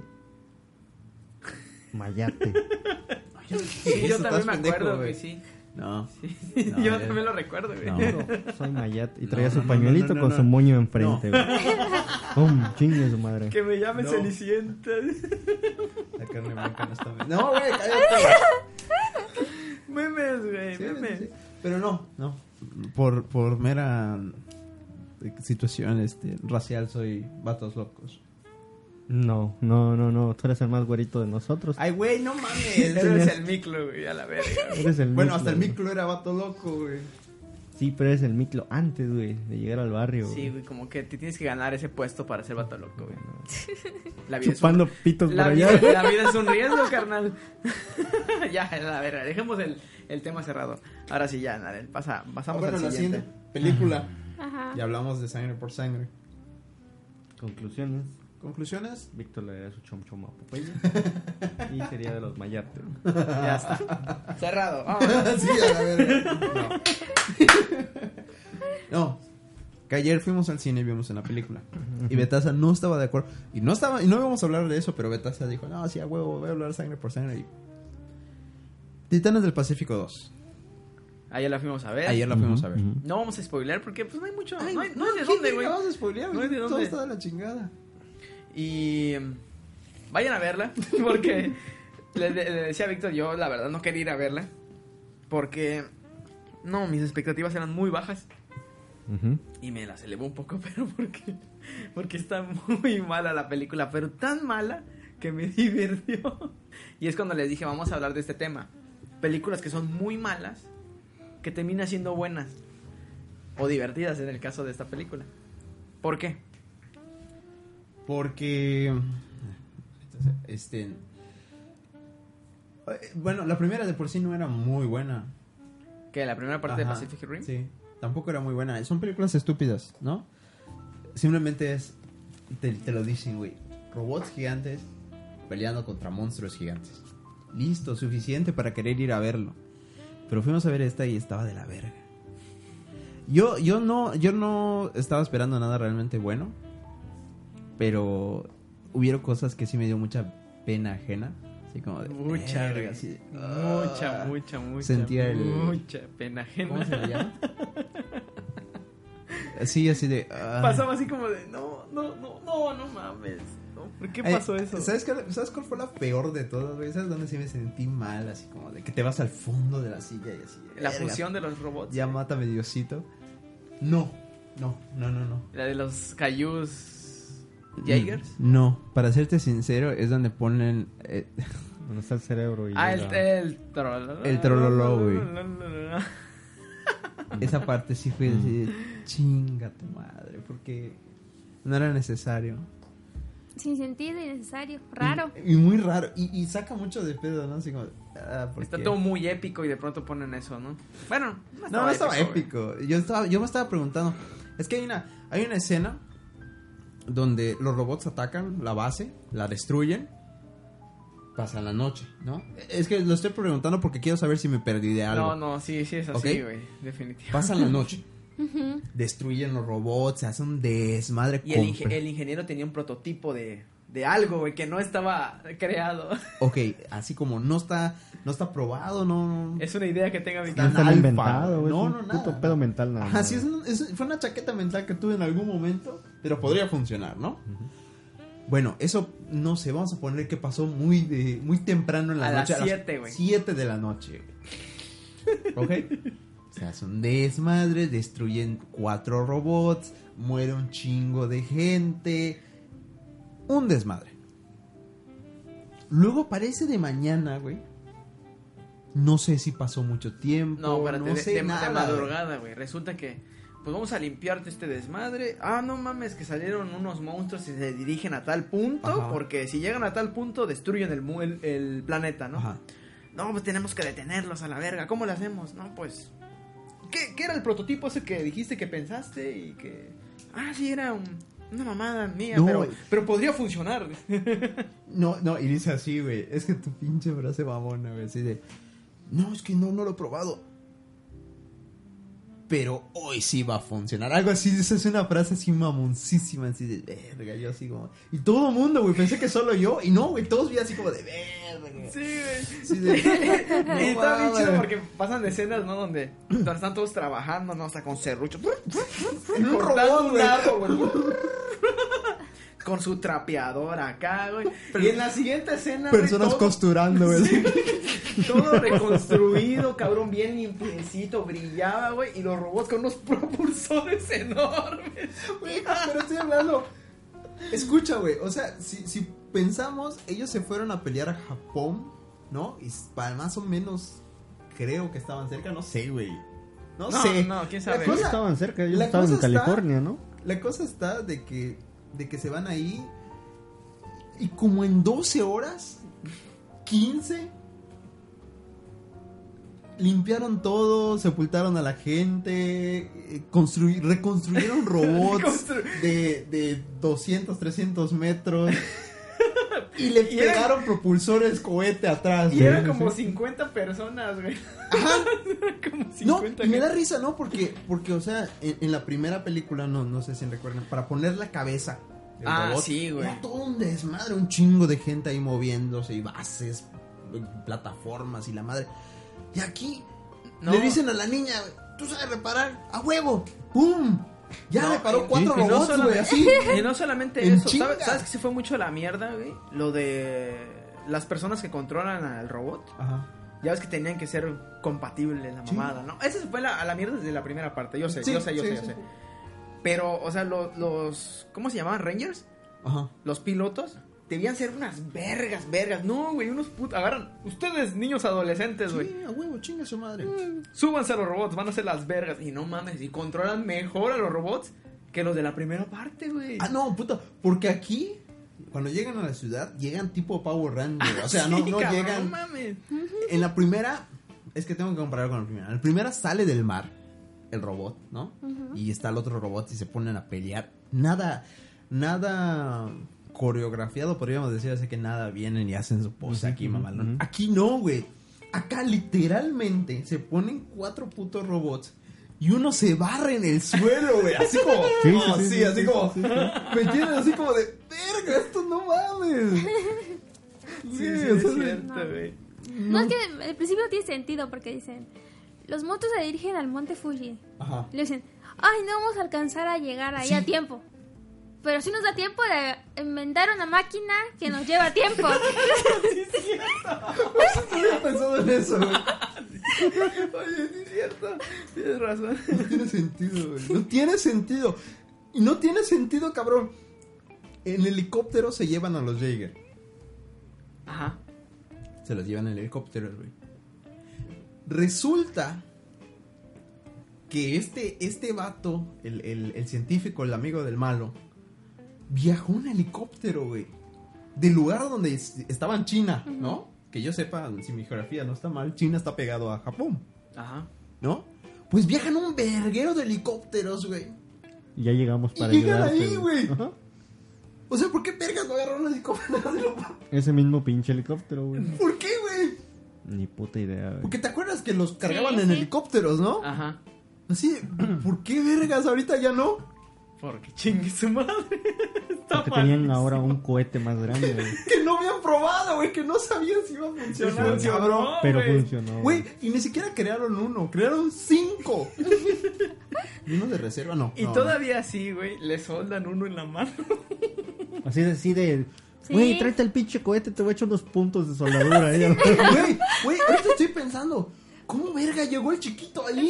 mayate. Sí, Eso yo estás también me pendejo, acuerdo, güey. güey, sí. No. Sí. No, yo ya- también lo recuerdo, güey. No. Yo soy mayate. Y No, traía no, su no, pañuelito no, no, con no. su moño enfrente, güey. ¡Pum! Chingue su madre. Que me llame No. Cenicienta. La carne blanca no está bien. No, güey, cállate. Memes, güey, Sí, memes. sí, sí. Pero no, no. Por, por mera eh, situación este, racial soy vatos locos. No, no, no, no. Tú eres el más güerito de nosotros. Ay, güey, no mames. Eres el Miklo, güey, a la verga. Eres el Bueno, Miklo, hasta el güey. Miklo era vato loco, güey. Sí, pero eres el Miklo antes, güey, de llegar al barrio. Sí, güey. güey, como que te tienes que ganar ese puesto para ser vato loco, güey. La vida, es Chupando un... pitos la, por vida, allá. la vida es un riesgo, carnal. Ya, a ver, dejemos el, el tema cerrado. Ahora sí, ya, Narel, pasa, pasamos Ah, bueno, al la siguiente. siguiente película. Ajá. Ya hablamos de Sangre por Sangre. Conclusiones. ¿Conclusiones? Víctor le daría su chom chom a Popeye. Y sería de los mayates. Ya está. Cerrado. Vámonos. Sí, a la verga. No. No. Que ayer fuimos al cine y vimos en la película. Y Betasa no estaba de acuerdo. Y no estaba, y no íbamos a hablar de eso, pero Betasa dijo, no, sí, a huevo, voy a hablar de Sangre por Sangre. Y... Titanes del Pacífico dos. Ayer la fuimos a ver. Ayer la fuimos a ver. Ujú. No vamos a spoilear porque pues no hay mucho. Ay, no, hay, no hay de ¿quién dónde, güey. Vamos a spoilear, No hay de Todo dónde. está de la chingada. Y mm, vayan a verla, porque le, le- le decía a Víctor, yo la verdad no quería ir a verla, porque no, mis expectativas eran muy bajas Ujú. y me las elevó un poco, pero porque, porque está muy mala la película, pero tan mala que me divirtió. Y es cuando les dije, vamos a hablar de este tema, películas que son muy malas, que terminan siendo buenas o divertidas en el caso de esta película. ¿Por qué? Porque... Este... eh, Bueno, la primera de por sí no era muy buena. Que la primera parte Ajá, de Pacific Rim. Sí, tampoco era muy buena. Son películas estúpidas, ¿no? Simplemente es... Te, te lo dicen, güey. Robots gigantes peleando contra monstruos gigantes. Listo, suficiente para querer ir a verlo. Pero fuimos a ver esta y estaba de la verga. Yo, yo no, yo no estaba esperando nada realmente bueno. Pero hubieron cosas que sí me dio mucha pena ajena. Así como de Mucha, verga, así de, mucha, ah. mucha, mucha. Sentía el- Mucha pena ajena. ¿Cómo se le llama? Sí, así de ah. Pasaba así como de, no, no, no, no, no mames. No, ¿por qué Ay, pasó eso? ¿Sabes, qué, ¿Sabes cuál fue la peor de todas, güey? ¿Sabes dónde sí me sentí mal? Así como de que te vas al fondo de la silla y así. La verga, fusión de los robots. Ya mátame, Diosito. No, no, no, no, no. La de los Cayús Jaegers. No, para serte sincero, es donde ponen... eh, Donde está el cerebro y Ah, el, llega- el trololó. El trololó, güey. esa parte sí fue Mm. así de chinga tu madre, porque no era necesario. Sin sentido, innecesario, raro. Y, y muy raro, y, y saca mucho de pedo, ¿no? Así como... ah, ¿por Está qué? todo muy épico y de pronto ponen eso, ¿no? Bueno, No, no estaba güey. épico. Yo estaba, yo me estaba preguntando. Es que hay una, hay una escena donde los robots atacan la base, la destruyen, pasa la noche, ¿no? Es que lo estoy preguntando porque quiero saber si me perdí de algo. No, no, sí, sí es así, ¿Ok? güey, definitivamente. Pasa la noche, destruyen los robots, se hace un desmadre. Y el, con- inge- el ingeniero tenía un prototipo de, de algo, güey, que no estaba creado. Ok, así como no está, no está probado, no. Es una idea que tenga mi No Tan está alfa, inventado, güey. no, es no, un nada. puto pedo mental nada Ajá, más. sí, es un- es- fue una chaqueta mental que tuve en algún momento, pero podría funcionar, ¿no? Bueno, eso no sé, vamos a poner que pasó muy de muy temprano en la A noche. las siete, güey. siete de la noche. ¿Ok? O sea, es un desmadre, destruyen cuatro robots, muere un chingo de gente. Un desmadre. Luego aparece de mañana, güey. No sé si pasó mucho tiempo. No, espérate, no de, sé de- de nada. madrugada, güey. Resulta que, pues vamos a limpiarte este desmadre. Ah, no mames, que salieron unos monstruos y se dirigen a tal punto. Ajá. Porque si llegan a tal punto, destruyen el, mu- el, el planeta, ¿no? Ajá. No, pues tenemos que detenerlos a la verga. ¿Cómo lo hacemos? No, pues. ¿Qué, qué era el prototipo ese que dijiste que pensaste y que. Ah, sí, era un- una mamada mía, No, pero, güey. pero podría funcionar. No, no, y dice así, güey. Es que tu pinche frase mamona, güey. Así de. No, es que no, no lo he probado. Pero hoy sí va a funcionar. Algo así, esa es una frase así mamoncísima, así de verga. Yo así como. Y todo el mundo, güey. Pensé que solo yo. Y no, güey. Todos vi así como de verga. Sí, güey. Así de. y está bien mames. chido porque pasan escenas, ¿no? Donde, donde están todos trabajando, ¿no? O sea, con serrucho. En un cortando robot, un güey. árbol, güey. Con su trapeador acá, güey. Y en la siguiente escena, güey, Personas todo- costurando, güey. así. todo reconstruido, cabrón, bien limpiecito, brillaba, güey. Y los robots con unos propulsores enormes. Güey, pero estoy hablando. Escucha, güey. O sea, si, si pensamos, ellos se fueron a pelear a Japón, ¿no? Y para más o menos creo que estaban cerca, no sé, güey. No, No, sé. no, quién La sabe. Ellos cosa- estaban cerca, ellos la estaban en cosa está- California, ¿no? La cosa está de que, de que se van ahí y como en doce horas, quince, limpiaron todo, sepultaron a la gente, eh, construy- reconstruyeron robots Constru- de, de doscientos, trescientos metros y le Y eran- pegaron propulsores cohete atrás. Y güey. eran como cincuenta personas, güey. Ajá. Como No, cincuenta. y me da risa, ¿no? Porque, porque o sea, en, en la primera película, no, no sé si recuerdan, para poner la cabeza del Ah, robot, sí, güey. era todo un desmadre, un chingo de gente ahí moviéndose, y bases, plataformas y la madre. Y aquí No. le dicen a la niña, tú sabes reparar, a huevo, ¡pum! Ya No, reparó y- cuatro y no robots, güey, solamente- así. Y no solamente En eso, chinga. ¿sabes, ¿sabes que se fue mucho a la mierda, güey? Lo de las personas que controlan al robot. Ajá. Ya ves que tenían que ser compatibles la Sí. mamada, ¿no? Esa se fue la- a la mierda desde la primera parte, yo sé, Sí, yo sé, yo sí, sé, yo sí, sé. sí. Pero, o sea, lo- los... ¿Cómo se llamaban? ¿Rangers? Ajá. Los pilotos debían ser unas vergas, vergas. No, güey, unos putos... Agarran... Ustedes, niños adolescentes, güey. Sí, a huevo, chinga su madre. Súbanse a los robots, van a ser las vergas. Y no mames, y controlan mejor a los robots que los de la primera parte, güey. Ah, no, puta, porque aquí, cuando llegan a la ciudad, llegan tipo Power Rangers. O sea, no, Sí, no cabrón, llegan. No mames. En la primera, es que tengo que comparar con la primera. En la primera sale del mar el robot, ¿no? Y está el otro robot y se ponen a pelear. Nada, nada coreografiado, podríamos decir, así que nada, vienen y hacen su pose aquí, Ujú, mamalón. ujú. Aquí no, güey. Acá literalmente se ponen cuatro putos robots y uno se barre en el suelo, güey. Así como, Sí, oh, sí, sí, sí, así sí, como, sí, sí. me tienen así como de, verga, esto no mames. Sí, sí, o es sea, cierto, no. güey. No, es que al principio no tiene sentido porque dicen, los motos se dirigen al monte Fuji. Ajá. Y le dicen, ay, no vamos a alcanzar a llegar ahí Sí. a tiempo. Pero sí nos da tiempo de inventar una máquina que nos lleva tiempo. No había pensado en eso, güey. Oye, sí es cierto. Tienes razón. No tiene sentido, güey. No tiene sentido. Y no tiene sentido, cabrón. En helicóptero se llevan a los Jaeger. Ajá. Se los llevan en helicóptero, güey. Resulta que este, este vato, el, el, el científico, el amigo del malo, viajó en helicóptero, güey. Del lugar donde es- estaba en China, ¿no? Que yo sepa, si mi geografía no está mal, China está pegado a Japón, Ajá. ¿no? Pues viajan un verguero de helicópteros, güey. Y ya llegamos Y para llegan ayudarte, ahí, güey. Ajá. O sea, ¿por qué vergas no agarraron un helicóptero? Ese mismo pinche helicóptero, güey. ¿Por qué, güey? Ni puta idea, güey. Porque te acuerdas que los cargaban Sí, en sí. helicópteros, ¿no? Ajá. Así, ¿por qué vergas ahorita ya no? Porque chingue su madre. Está Porque tenían malísimo. ahora un cohete más grande, güey. Que no habían probado, güey, que no sabían si iba a funcionar, funcionó. cabrón. Pero güey. funcionó. Güey, y ni siquiera crearon uno, crearon cinco. ¿Y uno de reserva? No. Y no, todavía así, güey, le soldan uno en la mano. Así de, así de... Sí. Güey, tráete el pinche cohete, te voy a echar unos puntos de soldadura ahí. no. Güey, güey, ahorita estoy pensando, ¿cómo verga llegó el chiquito allí?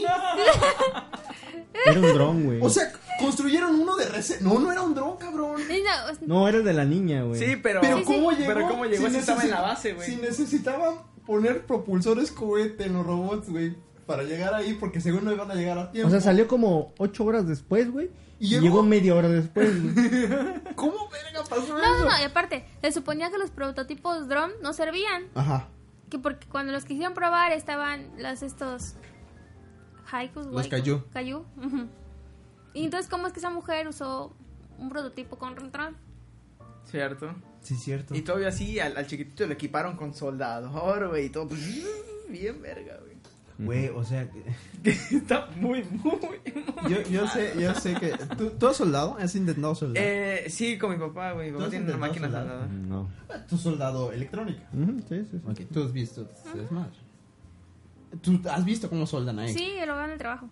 Era un dron, güey. O sea, construyeron uno de reserva. No, no era un dron, cabrón. Y no, o sea, No, era el de la niña, güey. Sí, pero. Pero Sí, ¿cómo sí. llegó? Pero ¿cómo llegó si estaba en la necesi- base, güey? Si necesitaban poner propulsores cohete en los robots, güey, para llegar ahí, porque según no iban a llegar a tiempo. O sea, salió como ocho horas después, güey. ¿Y Y llegó? llegó media hora después, güey. ¿Cómo verga pasó no, eso? no, no, y aparte, se suponía que los prototipos drone no servían. Ajá. Que porque cuando los quisieron probar estaban los estos haikus, Los Caillou. Caillou, ujú. Y entonces, ¿cómo es que esa mujer usó un prototipo con drone? Cierto. Sí, cierto. Y todavía así al, al chiquitito lo equiparon con soldador, güey, y todo. Pues, bien verga, güey. Güey, o sea, Está muy, muy, muy. yo, yo sé, yo sé que... ¿Tú, ¿tú has soldado? ¿Has intentado soldar? Eh, sí, con mi papá, güey. Mi ¿Tú papá has tiene una intentado máquina soldar? soldadora. No. ¿Tú soldado electrónica? Ujú, sí, sí, sí. Ok, tú has visto es más. ¿Tú has visto cómo soldan ahí? Sí, lo veo en el trabajo.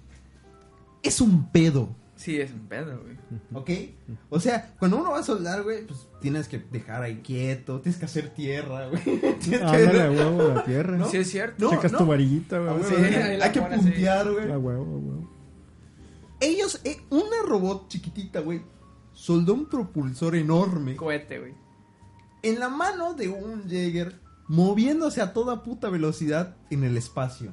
Es un pedo, Sí, es un pedo, güey. ¿ok? O sea, cuando uno va a soldar, güey, pues tienes que dejar ahí quieto, tienes que hacer tierra, güey. Tienes Ándale a huevo la tierra. ¿No? Sí, es cierto. No, Checas no. tu varillita, güey. Ah, a güey, huevo. Sí, hay- ahí la hay que pones, puntear, güey. A huevo, a huevo. Ellos, eh, una robot chiquitita, güey, soldó un propulsor enorme Cohete, güey. en la mano de un Jaeger, moviéndose a toda puta velocidad en el espacio.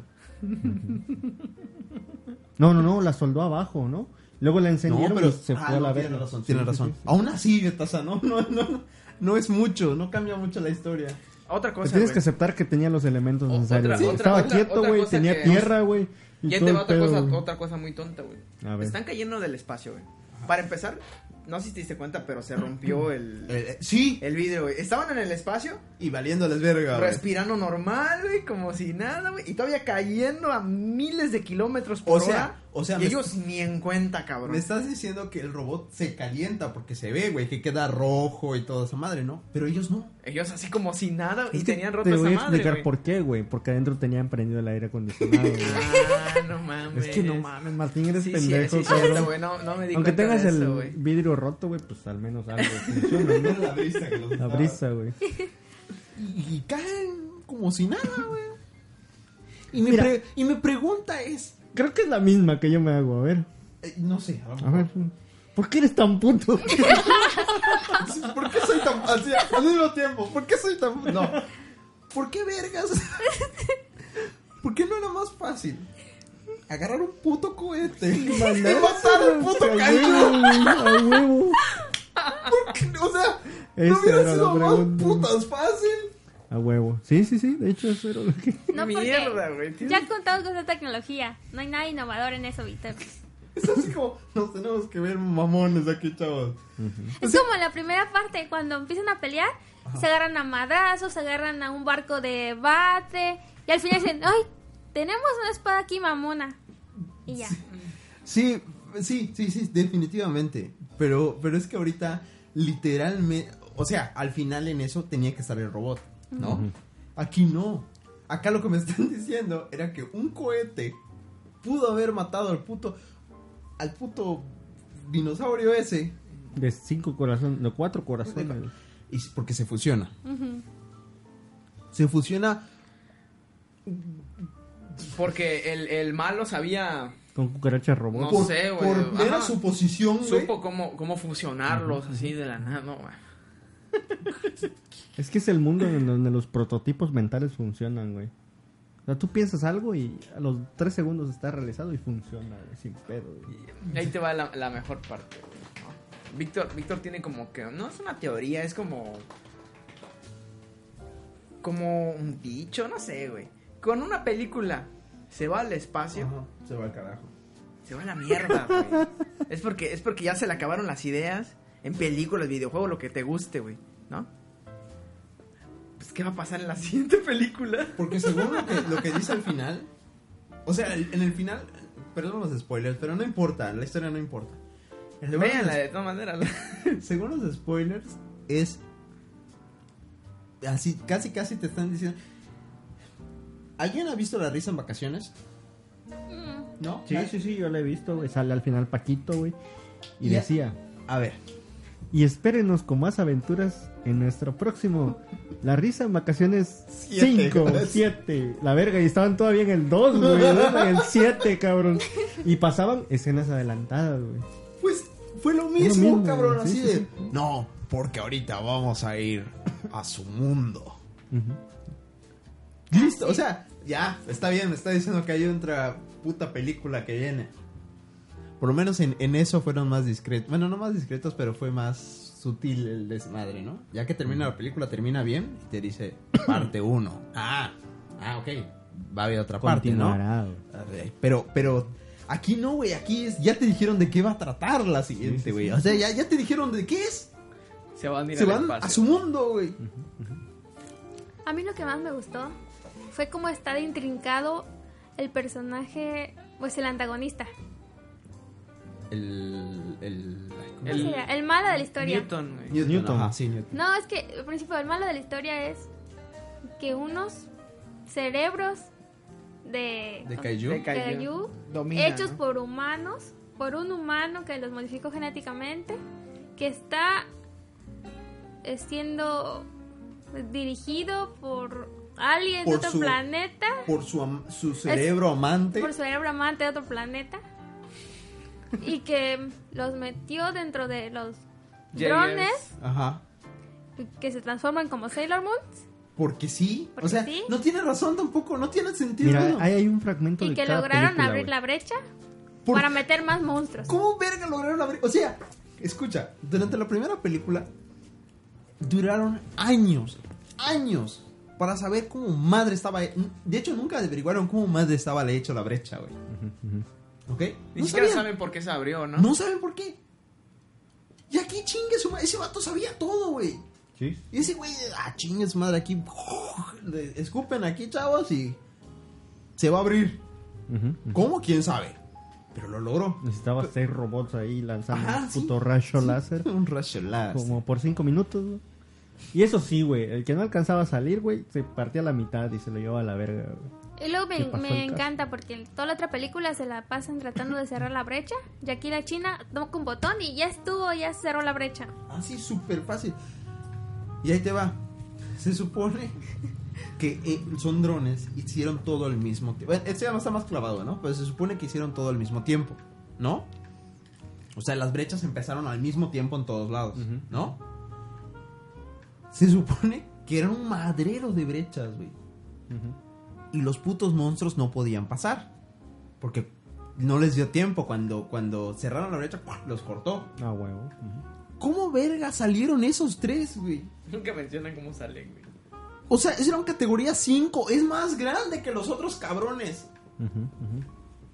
No, no, no, la soldó abajo, ¿no? Luego la encendieron y se ah, fue a la no, verga. Tienes razón, Sí, tienes sí, razón. sí, sí. Aún así, Taza, no, no, no, no es mucho, no cambia mucho la historia. Otra Pero cosa, tienes güey. que aceptar que tenía los elementos O- necesarios. otra- güey. otra- Estaba otra- quieto, otra güey. cosa Tenía que- tierra, güey. y Ya todo te va el otra pedo, cosa, güey. otra cosa muy tonta, güey. A ver. Están cayendo del espacio, güey. Para empezar, no sé si te diste cuenta, pero se rompió el, Eh, eh, sí, el vidrio, güey. Estaban en el espacio, y valiéndoles verga, güey. respirando normal, güey, como si nada, güey. Y todavía cayendo a miles de kilómetros por O sea, hora. o sea, y me- ellos ni en cuenta, cabrón. Me estás diciendo que el robot se calienta porque se ve, güey, que queda rojo y toda esa madre, ¿no? Pero ellos no. Ellos así como si nada, y Es que tenían roto te esa voy a madre, explicar güey. por qué, güey. Porque adentro tenían prendido el aire acondicionado, güey. Ah, no mames. Es que no mames, Martín, eres Sí, sí, pendejo, sí, cabrón. cierto, güey, no, no me di Aunque cuenta tengas de el eso, güey. vidrio roto, güey, pues al menos algo funciona, ¿no? La brisa que los La estaba- brisa, güey. Y, y caen como si nada, güey. Y, mi Mira. pre- y mi pregunta es... Creo que es la misma que yo me hago, a ver. eh, no sé, a lo A ver. ¿Por qué eres tan puto? mejor. ¿Por qué soy tan... Así, al mismo tiempo, ¿por qué soy tan... No. ¿Por qué vergas? ¿Por qué no era más fácil agarrar un puto cohete y matar al puto A cañón? huevo, güey, a huevo. ¿Por qué? O sea, Esa ¿no hubiera era la sido más pregunta. putas fácil? A huevo. Sí, sí, sí. De hecho, eso era lo que... No, porque Mierda, güey. ya contamos con esa tecnología. No hay nada innovador en eso, Víctor. Es así como, nos tenemos que ver mamones aquí, chavos. Es como en la primera parte, cuando empiezan a pelear, se agarran a madrazos, se agarran a un barco de bate Y al final dicen, ay, tenemos una espada aquí mamona. Y ya. Sí, sí, sí, sí, definitivamente. Pero, pero es que ahorita, literalmente, o sea, al final en eso tenía que estar el robot, ¿no? Uh-huh. Aquí no. Acá lo que me están diciendo era que un cohete pudo haber matado al puto, al puto dinosaurio ese. De cinco corazones, de cuatro corazones. Y porque se fusiona. Uh-huh. Se fusiona. Porque el, el malo sabía... Con cucarachas robot. No por, sé, güey. Por ver su posición, güey. Supo cómo, cómo fusionarlos, uh-huh, así de la nada, no, güey. Es que es el mundo en donde los prototipos mentales funcionan, güey. O sea, tú piensas algo y a los tres segundos está realizado y funciona, güey, sin pedo, güey. Y ahí te va la, la mejor parte, güey, ¿no? Víctor, Víctor tiene como que... No es una teoría, es como... Como un dicho, no sé, güey. Con una película se va al espacio... Ajá, se va al carajo. Se va a la mierda, güey. Es porque, es porque ya se le acabaron las ideas en películas, videojuegos, lo que te guste, güey, ¿no? Pues, ¿qué va a pasar en la siguiente película? Porque según lo que, lo que dice al final... O sea, en el final... Perdón los spoilers, pero no importa, la historia no importa. Véanla de todas maneras. Según los spoilers, es... Así, casi, casi te están diciendo... ¿Alguien ha visto La Risa en Vacaciones? ¿No? Sí, sí, sí, yo la he visto, güey. Sale al final Paquito, güey. Y, y decía... A ver... Y espérenos con más aventuras en nuestro próximo La Risa en Vacaciones cinco, siete. La verga, y estaban todavía en el dos, güey. En el siete, cabrón. Y pasaban escenas adelantadas, güey. Pues fue lo mismo, lo mismo cabrón. Sí, así sí, de... Sí. No, porque ahorita vamos a ir a su mundo. Uh-huh. Listo, o sea, ya, está bien. Me está diciendo que hay otra puta película que viene. Por lo menos en, en eso fueron más discretos. Bueno, no más discretos, pero fue más sutil el desmadre, ¿no? Ya que termina la película, termina bien y te dice parte uno. Ah, ah, ok. Va a haber otra parte, ¿no? Pero, pero aquí no, güey. Aquí es, ya te dijeron de qué va a tratar la siguiente, güey. O sea, ya, ya te dijeron de qué es. Se van a ir Se van a su mundo, güey. A mí lo que más me gustó fue cómo está de intrincado el personaje, pues el antagonista. El, el, el, el malo de la historia. Newton, güey. Newton. Newton. Ajá, sí, Newton. No, es que al principio el malo de la historia es que unos cerebros de de Kaiju, de Kaiju Domina, hechos ¿no? por humanos, por un humano que los modificó genéticamente, que está siendo dirigido por aliens de otro su, planeta, por su, am- su cerebro es, amante, por su cerebro amante de otro planeta. Y que los metió dentro de los drones. Ajá. Que se transforman como Sailor Moons. Porque sí. Porque o sea, sí. No tiene razón tampoco. No tiene sentido. Mira, ahí hay un fragmento y de que cada lograron película, abrir wey. la brecha ¿Por para meter más monstruos. ¿Cómo verga lograron abrir? O sea, escucha. Durante la primera película duraron años. Años. Para saber cómo madre estaba. De hecho, nunca averiguaron cómo madre estaba le hecho la brecha, güey. Uh-huh, uh-huh. ¿Ok? Ni no siquiera sabían. saben por qué se abrió, ¿no? No saben por qué. Y aquí chingue su madre. Ese vato sabía todo, güey. Sí. Y ese güey, ah, chingue su madre aquí. Escupen aquí, chavos, y se va a abrir. Uh-huh, uh-huh. ¿Cómo? ¿Quién sabe? Pero lo logró. Necesitaba Pero... seis robots ahí lanzando Ajá, un puto sí, rayo sí, láser. Un rayo láser. Como por cinco minutos, güey. Y eso sí, güey. El que no alcanzaba a salir, güey, se partía a la mitad y se lo llevaba a la verga, güey. Y luego me, me encanta porque toda la otra película se la pasan tratando de cerrar la brecha. Y aquí la China toca un botón y ya estuvo, ya cerró la brecha. Así, súper fácil. Y ahí te va. Se supone que eh, son drones, hicieron todo al mismo tiempo. Bueno, este ya no está más clavado, ¿no? Pero se supone que hicieron todo al mismo tiempo, ¿no? O sea, las brechas empezaron al mismo tiempo en todos lados, uh-huh. ¿no? Se supone que eran un madrero de brechas, güey. Uh-huh. Y los putos monstruos no podían pasar. Porque no les dio tiempo. Cuando, cuando cerraron la brecha, los cortó. Ah, huevo. Uh-huh. ¿Cómo verga salieron esos tres, güey? Nunca mencionan cómo salen, güey. O sea, era una categoría cinco. Es más grande que los otros cabrones. Uh-huh, uh-huh.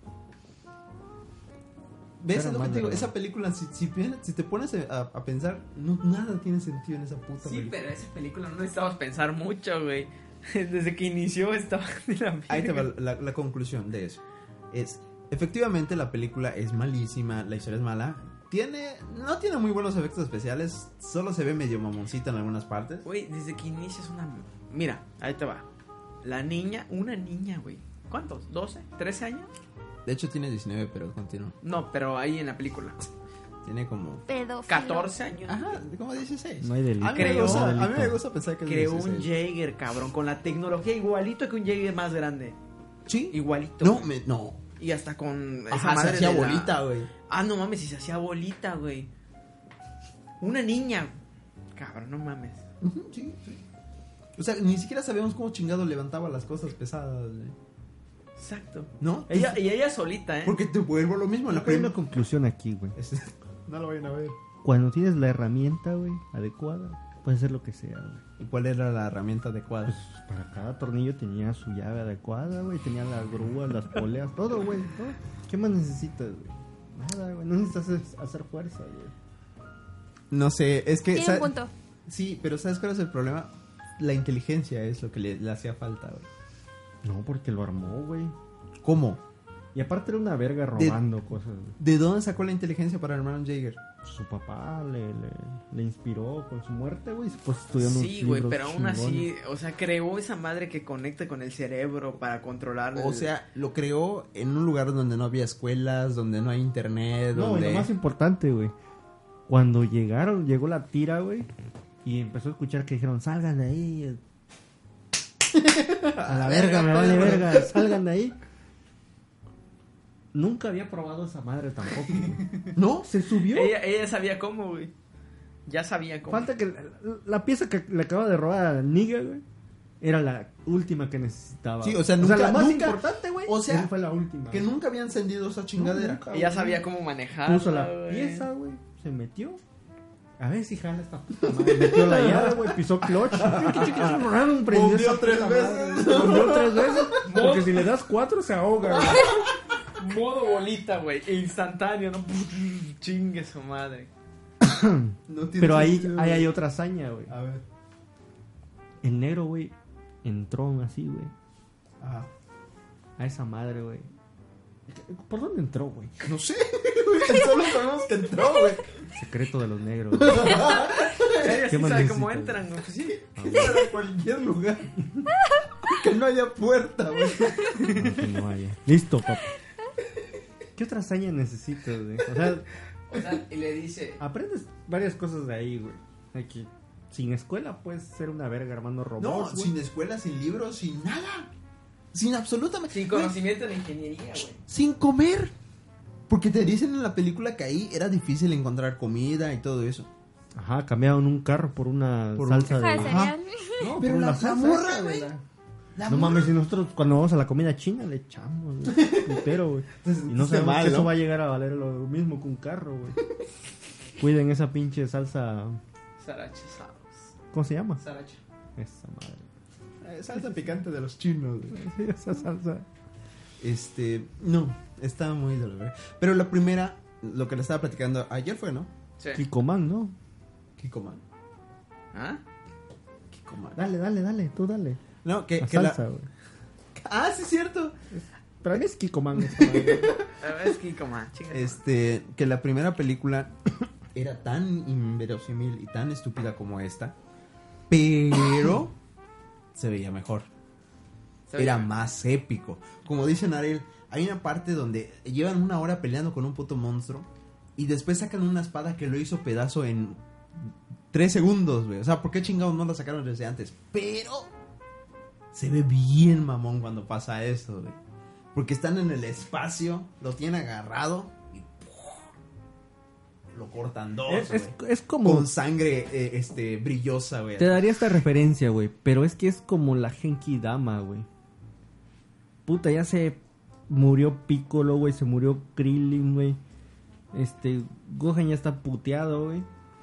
¿Ves? Es lo que te digo. Esa película, si, si, si te pones a, a pensar, no, nada tiene sentido en esa puta sí, película. Sí, pero esa película no necesitabas pensar mucho, güey. Desde que inició estaba de la verga. Ahí te va la, la conclusión de eso. Es, efectivamente la película es malísima, la historia es mala. Tiene, no tiene muy buenos efectos especiales, solo se ve medio mamoncita en algunas partes. Güey, desde que inicia es una... Mira, ahí te va. La niña, una niña, güey. ¿Cuántos? ¿doce? ¿trece años? De hecho tiene diecinueve, pero continúa. No, pero ahí en la película. Tiene como... Pedófilo. catorce años. Ajá, como dieciséis. No hay delito. A mí, me Creo- gusta, no hay a mí delito. me gusta pensar que es Creó un dieciséis. Jaeger, cabrón, con la tecnología igualito que un Jaeger más grande. ¿Sí? Igualito. No, güey. me, no. Y hasta con esa Ajá, se madre hacía de la- bolita, güey. Ah, no mames, si se hacía bolita, güey. Una niña. Cabrón, no mames. Ujú, sí, sí. O sea, ni siquiera sabíamos cómo chingado levantaba las cosas pesadas, güey. Exacto. ¿No? Ella, y ella solita, ¿eh? Porque te vuelvo lo mismo. La Hay una prim- conclusión aquí, güey. Es- No lo vayan a ver. Cuando tienes la herramienta, güey, adecuada, puedes hacer lo que sea, güey. ¿Y cuál era la herramienta adecuada? Pues para cada tornillo tenía su llave adecuada, güey. Tenía las grúas, las poleas, todo, güey. ¿No? ¿Qué más necesitas, güey? Nada, güey. No necesitas hacer, hacer fuerza, güey. No sé, es que... Tiene un ¿sabes? punto. Sí, pero ¿sabes cuál es el problema? La inteligencia es lo que le, le hacía falta, güey. No, porque lo armó, güey. ¿Cómo? Y aparte era una verga robando cosas, güey. ¿De dónde sacó la inteligencia para armar un Jaeger? Su papá le, le, le inspiró con su muerte, güey. Pues estudiando Sí, güey, libros pero aún así, chingones. o sea, creó esa madre que conecta con el cerebro para controlar. O el- sea, lo creó en un lugar donde no había escuelas, donde no hay internet, No, y donde... lo más importante, güey. Cuando llegaron, llegó la tira, güey. Y empezó a escuchar que dijeron, salgan de ahí. A la verga, me vale verga, salgan de ahí. Nunca había probado esa madre tampoco, güey. ¿No? Se subió. ella, ella sabía cómo, güey. Ya sabía cómo. Falta que la, la pieza que le acaba de robar a la niga, güey, era la última que necesitaba. Sí, o sea, nunca- la más nunca- importante, güey. o sea, esa fue la última. Que nunca había encendido esa chingadera. nunca. Ella sabía cómo manejar. Puso la pieza, güey, se metió. A ver si jala esta puta madre. Metió la llave, güey, pisó clutch. Prendió Bombeó esa tres puta veces. madre. Bombeó tres veces. Porque si le das cuatro se ahoga, güey. Modo bolita, güey. Instantáneo, ¿no? Chingue su madre. No tiene Pero ahí, sentido, ahí güey. hay otra hazaña, güey. A ver. El negro, güey, entró así, güey, Ajá. a esa madre, güey. ¿Por dónde entró, güey? No sé, güey. Solo sabemos que entró, güey. Secreto de los negros. güey. Ella sí más sabe cómo necesitas? entran, güey. Pues sí. Para cualquier lugar. Que no haya puerta, güey. No, que no haya. Listo, papá. ¿Qué otra hazaña necesitas, güey? O sea, O sea, y le dice. aprendes varias cosas de ahí, güey. Aquí, sin escuela puedes ser una verga armando No, robots, güey. sin escuela, sin libros, sin nada. Sin absolutamente... Sin güey, conocimiento de ingeniería, güey. sin comer. Porque te dicen en la película que ahí era difícil encontrar comida y todo eso. Ajá, cambiaron un carro por una Por un- salsa Caja de de... Ajá. cereal. No, Pero por la- la la salsa morra, esa de güey. la- La No morra- mames, si nosotros cuando vamos a la comida china le echamos, güey. Pero, güey. Entonces, Y no está sabemos mal, que eso ¿no? va a llegar a valer lo mismo que un carro, güey. Cuiden esa pinche salsa... Sarache, sabos. ¿Cómo se llama? Sarache. Esa madre. Eh, Salsa picante de los chinos, güey. Sí, esa salsa. Este, no, estaba muy de la verga. Pero la primera, lo que le estaba platicando ayer fue, ¿no? Sí. Kikoman, ¿no? Kikoman. ¿Ah? Kikoman. Dale, dale, dale, tú dale. No, que, La que la... salsa, güey. Ah, sí es cierto. Para mí es Kikoman. esa madre. Es que como, chinga. Este, que la primera película era tan inverosímil y tan estúpida como esta, pero se veía mejor. Se Era veía- más épico. Como dice Narel, hay una parte donde llevan una hora peleando con un puto monstruo y después sacan una espada que lo hizo pedazo en tres segundos, güey. O sea, ¿por qué chingados no la sacaron desde antes? Pero se ve bien mamón cuando pasa eso, güey. Porque están en el espacio, lo tienen agarrado y ¡puf! Lo cortan dos, Es, es, güey. es como... Con sangre eh, este, brillosa, güey. Te daría esta referencia, güey. Pero es que es como la Genki Dama, güey. Puta, ya se murió Piccolo, güey. Se murió Krillin, güey. Este, Gohan ya está puteado, güey.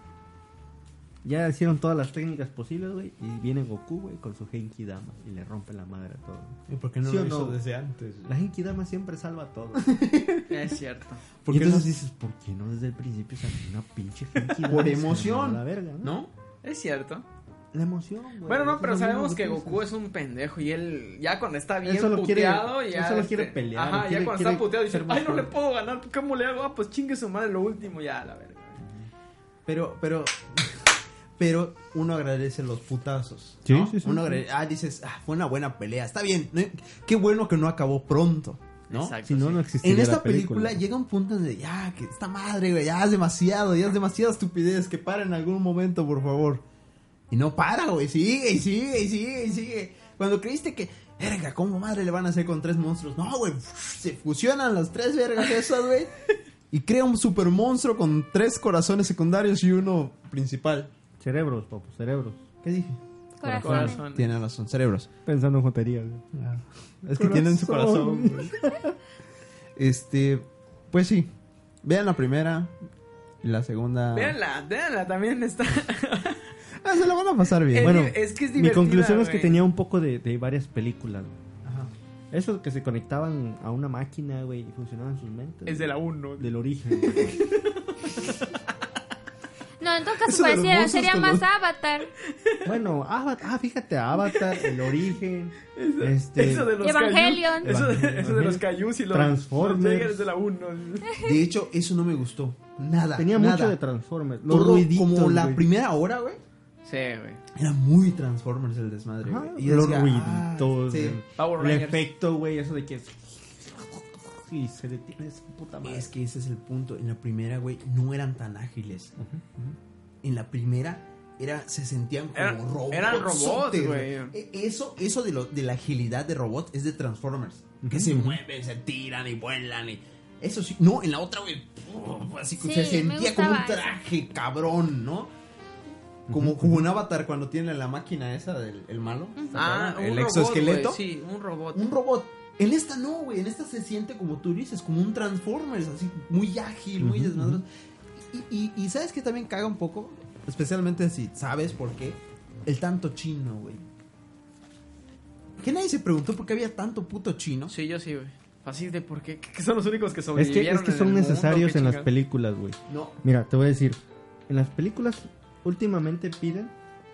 Ya hicieron todas las técnicas posibles, güey. Y viene Goku, güey, con su Genki Dama. Y le rompe la madre a todo. ¿Y por qué no ¿Sí lo o hizo no? desde antes? La Genki Dama siempre salva a todo. Es cierto. ¿Por Y qué entonces no? dices, ¿por qué no desde el principio salió una pinche Genki Dama? Por Se emoción, mandó a la verga, ¿no? ¿no? Es cierto. La emoción, güey. Bueno, no, pero Eso es lo sabemos mismo que tú Goku dices. es un pendejo y él ya cuando está bien Él solo quiere- puteado él ya solo este, quiere pelear, Ajá, quiere- ya cuando quiere está puteado dice, ser más "Ay, no le fuerte". puedo ganar, ¿cómo le hago? Ah, pues chingue su madre lo último ya, la verga." Pero, pero, pero uno agradece los putazos. Sí, ¿no? sí, sí, Uno sí. agradece, ah, dices, ah, fue una buena pelea, está bien. ¿no? Qué bueno que no acabó pronto, ¿no? Exacto. Si no, sí. no existiría En esta la película, llega un punto donde ya, que esta madre, güey, ya es demasiado, ya es demasiada estupidez, que para en algún momento, por favor. Y no para, güey, sigue y sigue y sigue y sigue. Cuando creíste que, verga, ¿cómo madre le van a hacer con tres monstruos? No, güey, se fusionan las tres vergas esas, güey. Y crea un super monstruo con tres corazones secundarios y uno principal. Cerebros, papu, cerebros. ¿Qué dije? Corazones. Corazón. Tienen razón, cerebros. Pensando en jotería, güey. Es que tienen su corazón, güey. Este, pues sí. Vean la primera y la segunda. Véanla, véanla, también está. Ah, se la van a pasar bien. Es Bueno, di- es que es Mi divertida, conclusión es que güey. tenía un poco de, de varias películas, güey. Ajá. Esos que se conectaban a una máquina, güey, y funcionaban sus mentes. Es de la uno. Del origen, güey. No, en todo caso Eso de los parecía, monstruos sería con más los- Avatar. Bueno, Avatar, ah, fíjate, Avatar, el origen, este... Eso de los Evangelion. Caillou- Eso de, eso de Evangelion. los Cayús y los Transformers. los Jaegers de la uno. De hecho, eso no me gustó. Nada. Tenía nada. mucho de Transformers. Los Todo ruiditos, como la güey. primera hora, güey. Sí, güey. Era muy Transformers el desmadre, Ajá, güey. Y yo los decía, ruiditos, ah, sí. el, Power el Rangers. efecto, güey, eso de que... Y se detiene esa puta madre. Es que ese es el punto. En la primera, güey, no eran tan ágiles. En la primera era se sentían como Eran- robots. eran robots, güey. E- Eso, eso de, lo, de la agilidad de robot es de Transformers. Que se mueven, se tiran y vuelan. Y... Eso sí. No, en la otra, güey. uf, Así que Sí, se me sentía como un gustaba traje cabrón, ¿no? Como, como un Avatar cuando tiene la máquina esa del el malo. Ah, el un exoesqueleto. Robot, güey, sí, un robot. Un robot. En esta no, güey. En esta se siente como tú dices, como un Transformers, así muy ágil, muy Ujú, desmadroso. Y, y, y sabes que también caga un poco, especialmente si sabes por qué, el tanto chino, güey. Que nadie se preguntó por qué había tanto puto chino. Sí, yo sí, güey. Así de por qué. Que son los únicos que Es que, sobrevivieron es que en son el mundo, necesarios qué en las chingada. películas, güey. No. Mira, te voy a decir. En las películas últimamente piden...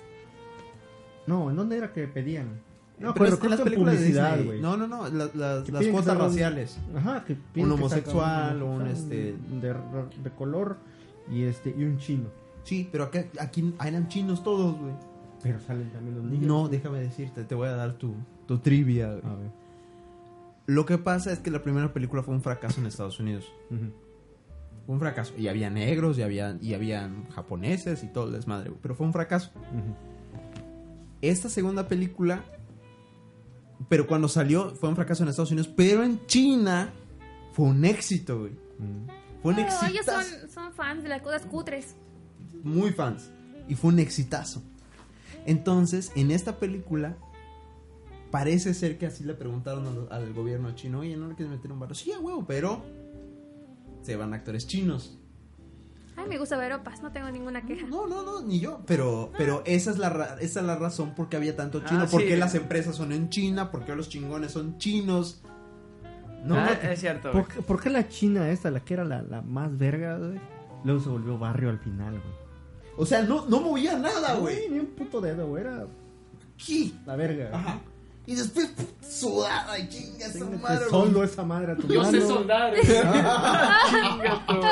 No, ¿en dónde era que pedían? No, pero pero es creo en las que en películas de publicidad, Disney. güey. No, no, no. la- las Que las piden que cuotas salga un- raciales. Ajá, que Un piden que homosexual, salga un, homosexual, este- de, de color y este y un chino. Sí, pero acá, aquí eran chinos todos, güey. Pero salen también los niños. No, déjame decirte, te voy a dar tu, tu trivia, güey. A ver. Lo que pasa es que la primera película fue un fracaso en Estados Unidos. Ujú. Fue un fracaso. Y había negros, y había, y habían japoneses y todo el desmadre, güey. Pero fue un fracaso. Ujú. Esta segunda película, pero cuando salió fue un fracaso en Estados Unidos, pero en China fue un éxito, güey. Ujú. Fue un No, ellos exitazo. son, son fans de las cosas cutres. Muy fans. Y fue un exitazo. Entonces, en esta película, parece ser que así le preguntaron al, al gobierno chino, oye, ¿no le quieres meter un barro? Sí, a huevo, pero se van actores chinos. Ay, me gusta ver opas, no tengo ninguna queja. No, no, no, ni yo. Pero, pero esa es la ra- esa es la razón por qué había tanto chino. Ah, por sí. qué las empresas son en China, por qué los chingones son chinos. No, Ah, no, es cierto, güey. ¿Por, qué- por qué la china esta, la que era la, la más verga, güey? Luego se volvió barrio al final, güey. o sea, no, no movía nada, güey. Güey, ni un puto dedo, güey. Era Aquí. la verga. Ajá. Y después, put, sudada y chinga esa Téngate madre. soldo esa madre a tu Yo sé mano. soldar. Chinga tú.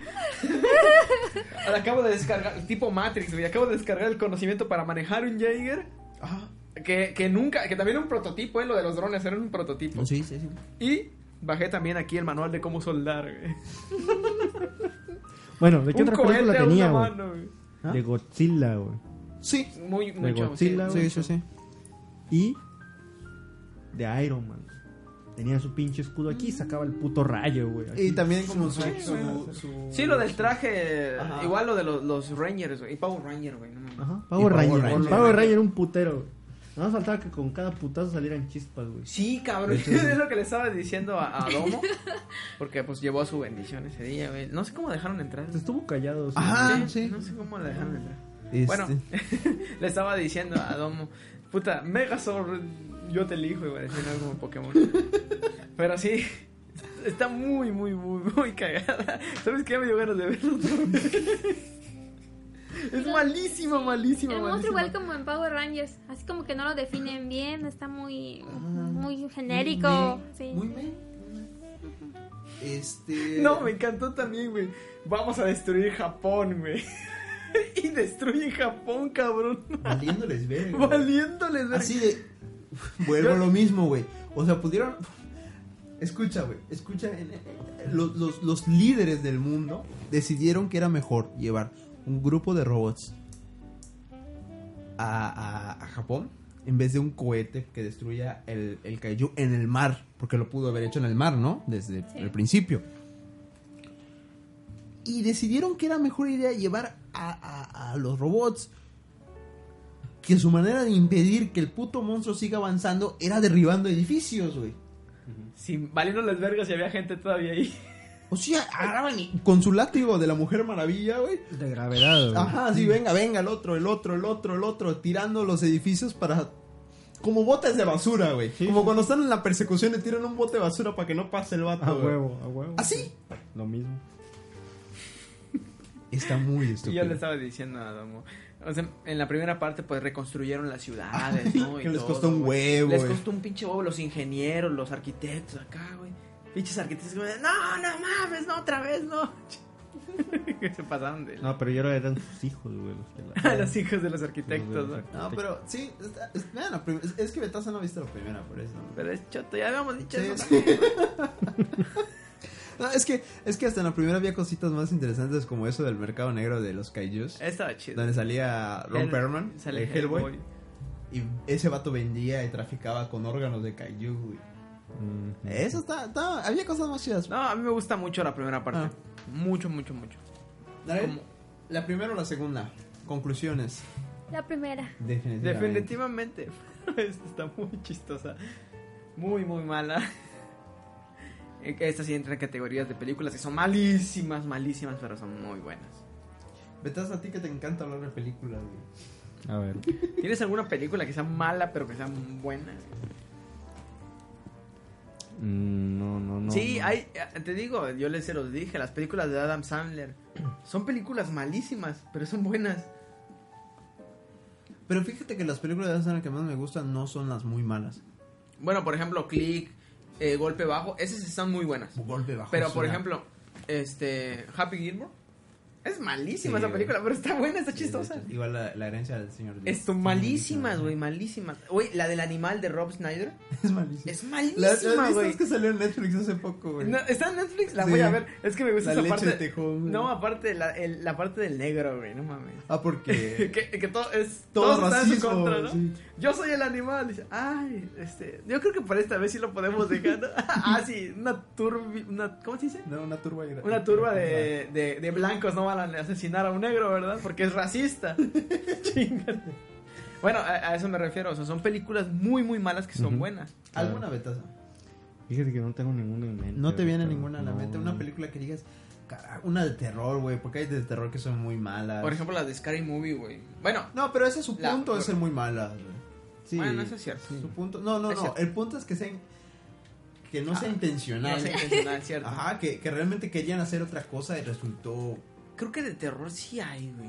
Ahora acabo de descargar, tipo Matrix, güey. Acabo de descargar el conocimiento para manejar un Jaeger. Ajá. Que, que nunca, que también era un prototipo, eh, lo de los drones, era un prototipo. Sí, sí, sí. Y bajé también aquí el manual de cómo soldar, güey. Bueno, ¿de qué Un otra película cohete a tenía, una güey? mano, güey. ¿Ah? De Godzilla, güey. Sí. Muy, De mucho. Godzilla, sí. Sí, sí, sí. Y de Iron Man. Tenía su pinche escudo aquí y sacaba el puto rayo, güey. Aquí. Y también como su... Sí, su, güey. su- Sí, lo del traje, Ajá. igual lo de los, los Rangers, güey. Y Power Ranger, güey. No, mames. Ajá, Y Power Power Ranger. Ranger. Power Ranger era un putero, güey. Nada más faltaba que con cada putazo salieran chispas, güey. Sí, cabrón. Es lo que le estaba diciendo a, a Domo. Porque pues llevó su bendición ese día, güey. No sé cómo dejaron entrar. Estuvo callado. sí. Ajá. sí. No sé cómo le dejaron entrar. Este, Bueno, le estaba diciendo a Domo, puta, Megazord, yo te elijo, igual, así no como Pokémon. Pero sí, está muy, muy, muy, muy cagada. ¿Sabes qué? Me dio ganas de verlo otra vez. Es malísima, malísima, El monstruo malísima. igual como en Power Rangers, así como que no lo definen bien, está muy muy genérico, Muy me, sí. Muy me. Este. No, me encantó también, güey. Vamos a destruir Japón, güey. Y destruyen Japón, cabrón. Valiéndoles verga. güey. Valiéndoles, verga. Así de. Vuelvo a lo mismo, güey. O sea, pudieron. Escucha, güey. Escucha. en- en- Los, los, los líderes del mundo decidieron que era mejor llevar un grupo de robots a, a, a Japón en vez de un cohete que destruya el, el kaiju en el mar. Porque lo pudo haber hecho en el mar, ¿no? Desde Sí. el principio. Y decidieron que era mejor idea llevar a, a, a los robots. Que su manera de impedir que el puto monstruo siga avanzando era derribando edificios, güey. Sí, valiéndoles vergas y había gente todavía ahí. O sea, agarraban y- con su látigo de la Mujer Maravilla, güey. De gravedad, güey. Ajá, sí, venga, venga, el otro, el otro, el otro, el otro, tirando los edificios para... Como botes de basura, güey. Sí, Como sí. cuando están en la persecución le tiran un bote de basura para que no pase el vato, A güey. huevo, a huevo. ¿Así? Lo mismo. Está muy Y estúpido. yo le estaba diciendo a Domo. O sea, en la primera parte, pues reconstruyeron las ciudades, ¿no? Y Que les todo, costó un güey. huevo, Les güey. costó un pinche huevo los ingenieros, los arquitectos acá, güey. Pinches arquitectos como de, no, no mames, no, otra vez, no. Que se pasaron de No, pero yo eran sus hijos, güey. Los que la... los hijos de los arquitectos, ¿no? No, pero sí, está- es, vean la prim- es, es que Betaza no ha visto la primera, por eso. Pero es choto, ya habíamos dicho Sí, eso. sí. también. No, es que, es que hasta en la primera había cositas más interesantes como eso del mercado negro de los kaijus. Estaba chido. Donde salía Ron Hell- Perlman, sale el Hellboy, Hellboy. y ese vato vendía y traficaba con órganos de kaiju, güey. Mm, Eso está, está- había cosas más chidas. No, a mí me gusta mucho la primera parte. Ah. Mucho, mucho, mucho. Dale, como- la primera o la segunda. Conclusiones. La primera. Definitivamente. Definitivamente. Esta está muy chistosa. Muy, muy mala. Eh, que Esta sí entra en categorías de películas que son malísimas, malísimas, pero son muy buenas. Betaza, a ti que te encanta hablar de películas, güey. A ver. ¿Tienes alguna película que sea mala pero que sea buena? Mm, no, no, no. sí, no. hay, eh, te digo, yo les se los dije, las películas de Adam Sandler son películas malísimas, pero son buenas. Pero fíjate que las películas de Adam Sandler que más me gustan no son las muy malas. Bueno, por ejemplo, Click, eh, Golpe Bajo, esas están muy buenas. Golpe bajo. Pero es por una- ejemplo, este Happy Gilmore es malísima Sí, esa güey. película, pero está buena, está Sí, chistosa. de hecho, igual la, la herencia del señor. Esto malísimas, güey, malísimas. Güey, la del animal de Rob Snyder Es malísima. es La, malísima, ¿la güey. viste que salió en Netflix hace poco, güey? No, ¿está en Netflix? La Sí. voy a ver. Es que me gusta La esa leche parte. de tejón, güey. No, aparte la, el- la parte del negro, güey, no mames. Ah, porque... que, que todo es Todo todos están en su racismo, contra, ¿no? sí. Yo soy el animal. Dice, ay, este, yo creo que por esta vez sí lo podemos dejar. ¿no? ah, sí, una turbi, una, ¿cómo se dice? No, una turba. de- Una turba de, de, de blancos no van a asesinar a un negro, ¿verdad? Porque es racista. Chingate. Bueno, a, a eso me refiero. O sea, son películas muy, muy malas que son Ujú. buenas. ¿Alguna, Betaza? Fíjate que no tengo ninguna en mente. No te viene pero ninguna a la no, mente. Una no. película que digas... Carajo, una de terror, güey. Porque hay de terror que son muy malas. Por ejemplo, la de Scary Movie, güey. Bueno, No, pero ese es su La- punto, es ser muy mala, güey. Sí. bueno, eso es cierto. Su punto... No, no, Es no. cierto. El punto es que sean... Que no sea Ah, intencional. No sé intencional, cierto. Ajá, que, que realmente querían hacer otra cosa y resultó... Creo que de terror sí hay, güey.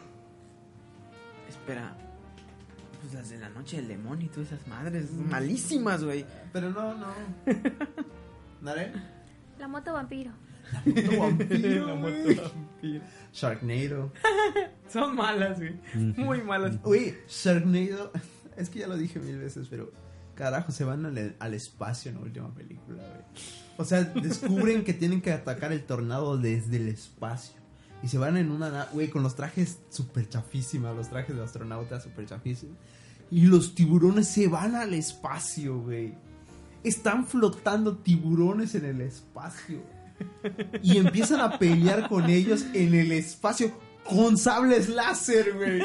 Espera. Pues las de la noche del demonio y todas esas madres. Malísimas, güey. Pero no, no. ¿Dale? La moto vampiro. Puto vampiro, La moto güey. vampiro. Sharknado. Son malas, güey. Ujú. Muy malas. Uy, Sharknado. Es que ya lo dije mil veces, pero carajo, se van al, al espacio en la última película, güey. O sea, descubren que tienen que atacar el tornado desde el espacio. Y se van en una nave, güey, con los trajes super chafísimas, los trajes de astronauta super chafísimos. Y los tiburones se van al espacio, güey. Están flotando tiburones en el espacio. Y empiezan a pelear con ellos en el espacio con sables láser, güey.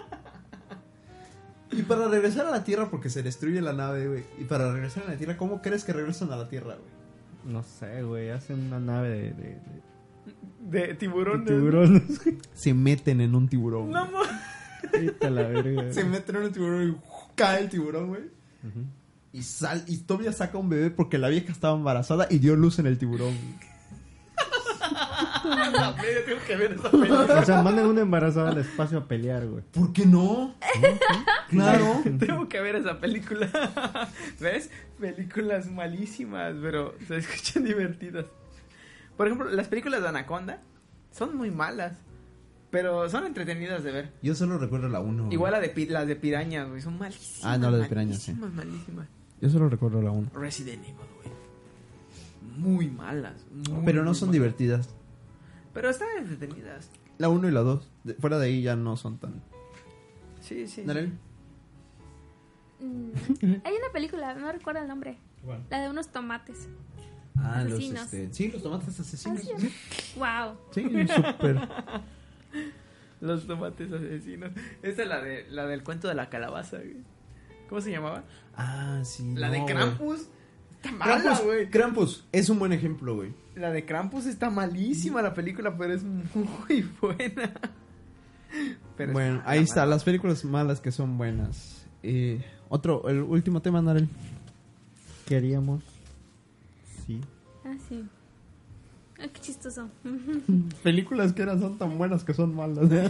Y para regresar a la Tierra, porque se destruye la nave, güey. Y para regresar a la Tierra, ¿cómo crees que regresan a la Tierra, güey? No sé, güey. Hacen una nave de, de, de- De de tiburón. tiburones. güey. Se meten en un tiburón. No, güey. mo- Vete a la verga. Se meten en un tiburón y ¡uf! Cae el tiburón, güey. Ujú. Y sal y todavía saca un bebé porque la vieja estaba embarazada y dio luz en el tiburón. Tengo que ver esa película. O sea, mandan una embarazada al espacio a pelear, güey. ¿Por qué no? Claro. Tengo que ver esa película. ¿Ves? Películas malísimas, pero se escuchan divertidas. Por ejemplo, las películas de Anaconda son muy malas, pero son entretenidas de ver. Yo solo recuerdo la uno. Igual la de pi- las de pirañas, güey, son malísimas. Ah, no, las de pirañas, sí. Malísimas, malísimas. Yo solo recuerdo la uno. Resident Evil, güey. Muy malas. Muy, Pero no muy son malas. divertidas. Pero están entretenidas. La uno y la dos. De- fuera de ahí ya no son tan... Sí, sí. Narel. Mm, hay una película, no recuerdo el nombre. La de unos tomates. Ah, los Asesinos. este... Sí, los tomates asesinos. Ah, sí. Wow. Sí, súper. Los tomates asesinos. Esta es la de la del cuento de la calabaza, güey. ¿Cómo se llamaba? Ah, sí. La no, de güey. Krampus. Está mala, Krampus, güey. Krampus es un buen ejemplo, güey. La de Krampus está malísima la película, pero es muy buena. Pero es Bueno, mala, ahí está, mala. las películas malas que son buenas. Eh, otro, el último tema, Narel. ¿Qué haríamos? Sí. Ah, sí. Ay, qué chistoso. Películas que eran son tan buenas que son malas. ¿Y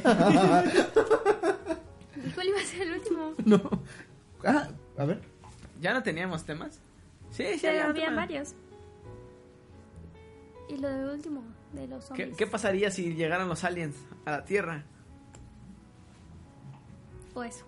cuál iba a ser el último? No. Ah, a ver. ¿Ya no teníamos temas? Sí, sí, Pero ya había temas. varios. Y lo de último, de los ¿Qué, zombies. ¿Qué pasaría si llegaran los aliens a la Tierra? O eso.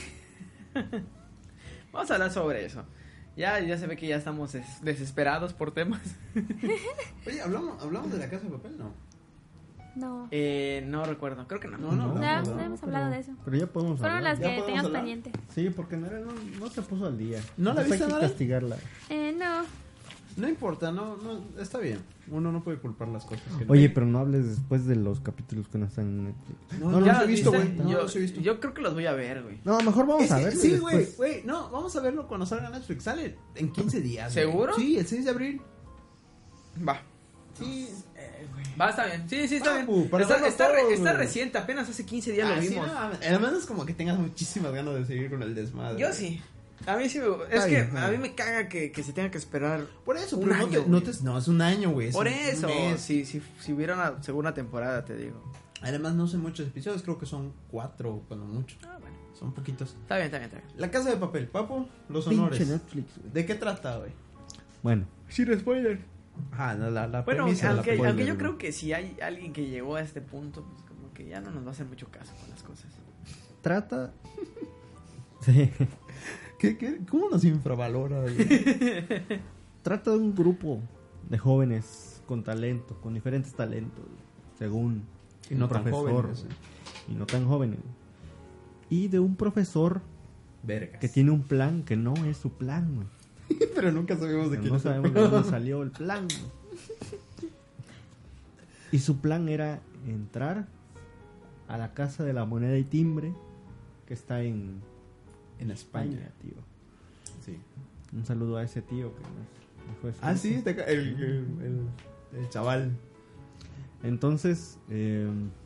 Vamos a hablar sobre eso. Ya, ya se ve que ya estamos des- desesperados por temas. Oye, ¿hablamos, ¿hablamos de la casa de papel? No. No. Eh, no recuerdo, creo que no. No, no, No, no, no no, hemos pero- hablado de eso. Pero ya podemos Fueron hablar. las ¿Ya que podemos teníamos hablar? pendiente. Sí, porque no, era- no, no se puso al día. ¿No la Entonces viste, hay que Nara? castigarla. Eh, no. No importa, no, no, está bien. Uno no puede culpar las cosas. que no- Oye, pero no hables después de los capítulos que no están en Netflix. No, no, no ¿Ya los he los visto, viste? güey. No yo, los he visto. yo creo que los voy a ver, güey. No, mejor vamos Es a que- ver. sí, güey, güey. No, vamos a verlo cuando salga en Netflix. Sale en quince días. güey. ¿Seguro? Sí, el seis de abril. Va. Sí. Va, está bien. Sí, sí, está Papu, bien. para Está, verlo está, re- todo, está güey. reciente, apenas hace quince días Ah, lo sí, vimos. no, además es como que tengas muchísimas ganas de seguir con el desmadre. Yo sí. A mí sí me... Es Está que bien, a ah. mí me caga que, que se tenga que esperar. Por eso, Un pero no, año, te, no, güey. te- no, es un año, güey. es Por un- un eso, mes. si, si, si hubiera una segunda temporada, te digo. Además, no son muchos episodios, creo que son cuatro, cuando mucho. Ah, bueno. Son poquitos. Está bien, está bien, está bien. La casa de papel, papo, los Pinche honores. Netflix, güey. ¿De qué trata, güey? Bueno, Sin spoiler. Ajá, la, la, la Bueno, premisa de la aunque, película. aunque yo güey. creo que si hay alguien que llegó a este punto, pues como que ya no nos va a hacer mucho caso con las cosas. trata. Sí. ¿Qué, qué, ¿Cómo nos infravalora, güey? Trata de un grupo de jóvenes con talento, con diferentes talentos, según Y no un tan profesor, jóvenes, güey, y no tan jóvenes. Y de un profesor Vergas. que tiene un plan que no es su plan, güey. Pero nunca sabemos de Pero quién no es el sabemos de plan. dónde salió el plan, güey. Y su plan era entrar a la casa de la moneda y timbre que está en En España, España. tío. Sí. Un saludo a ese tío que nos dejó escrito. Ah, sí, te ca- el, el, el, el chaval. Entonces, eh,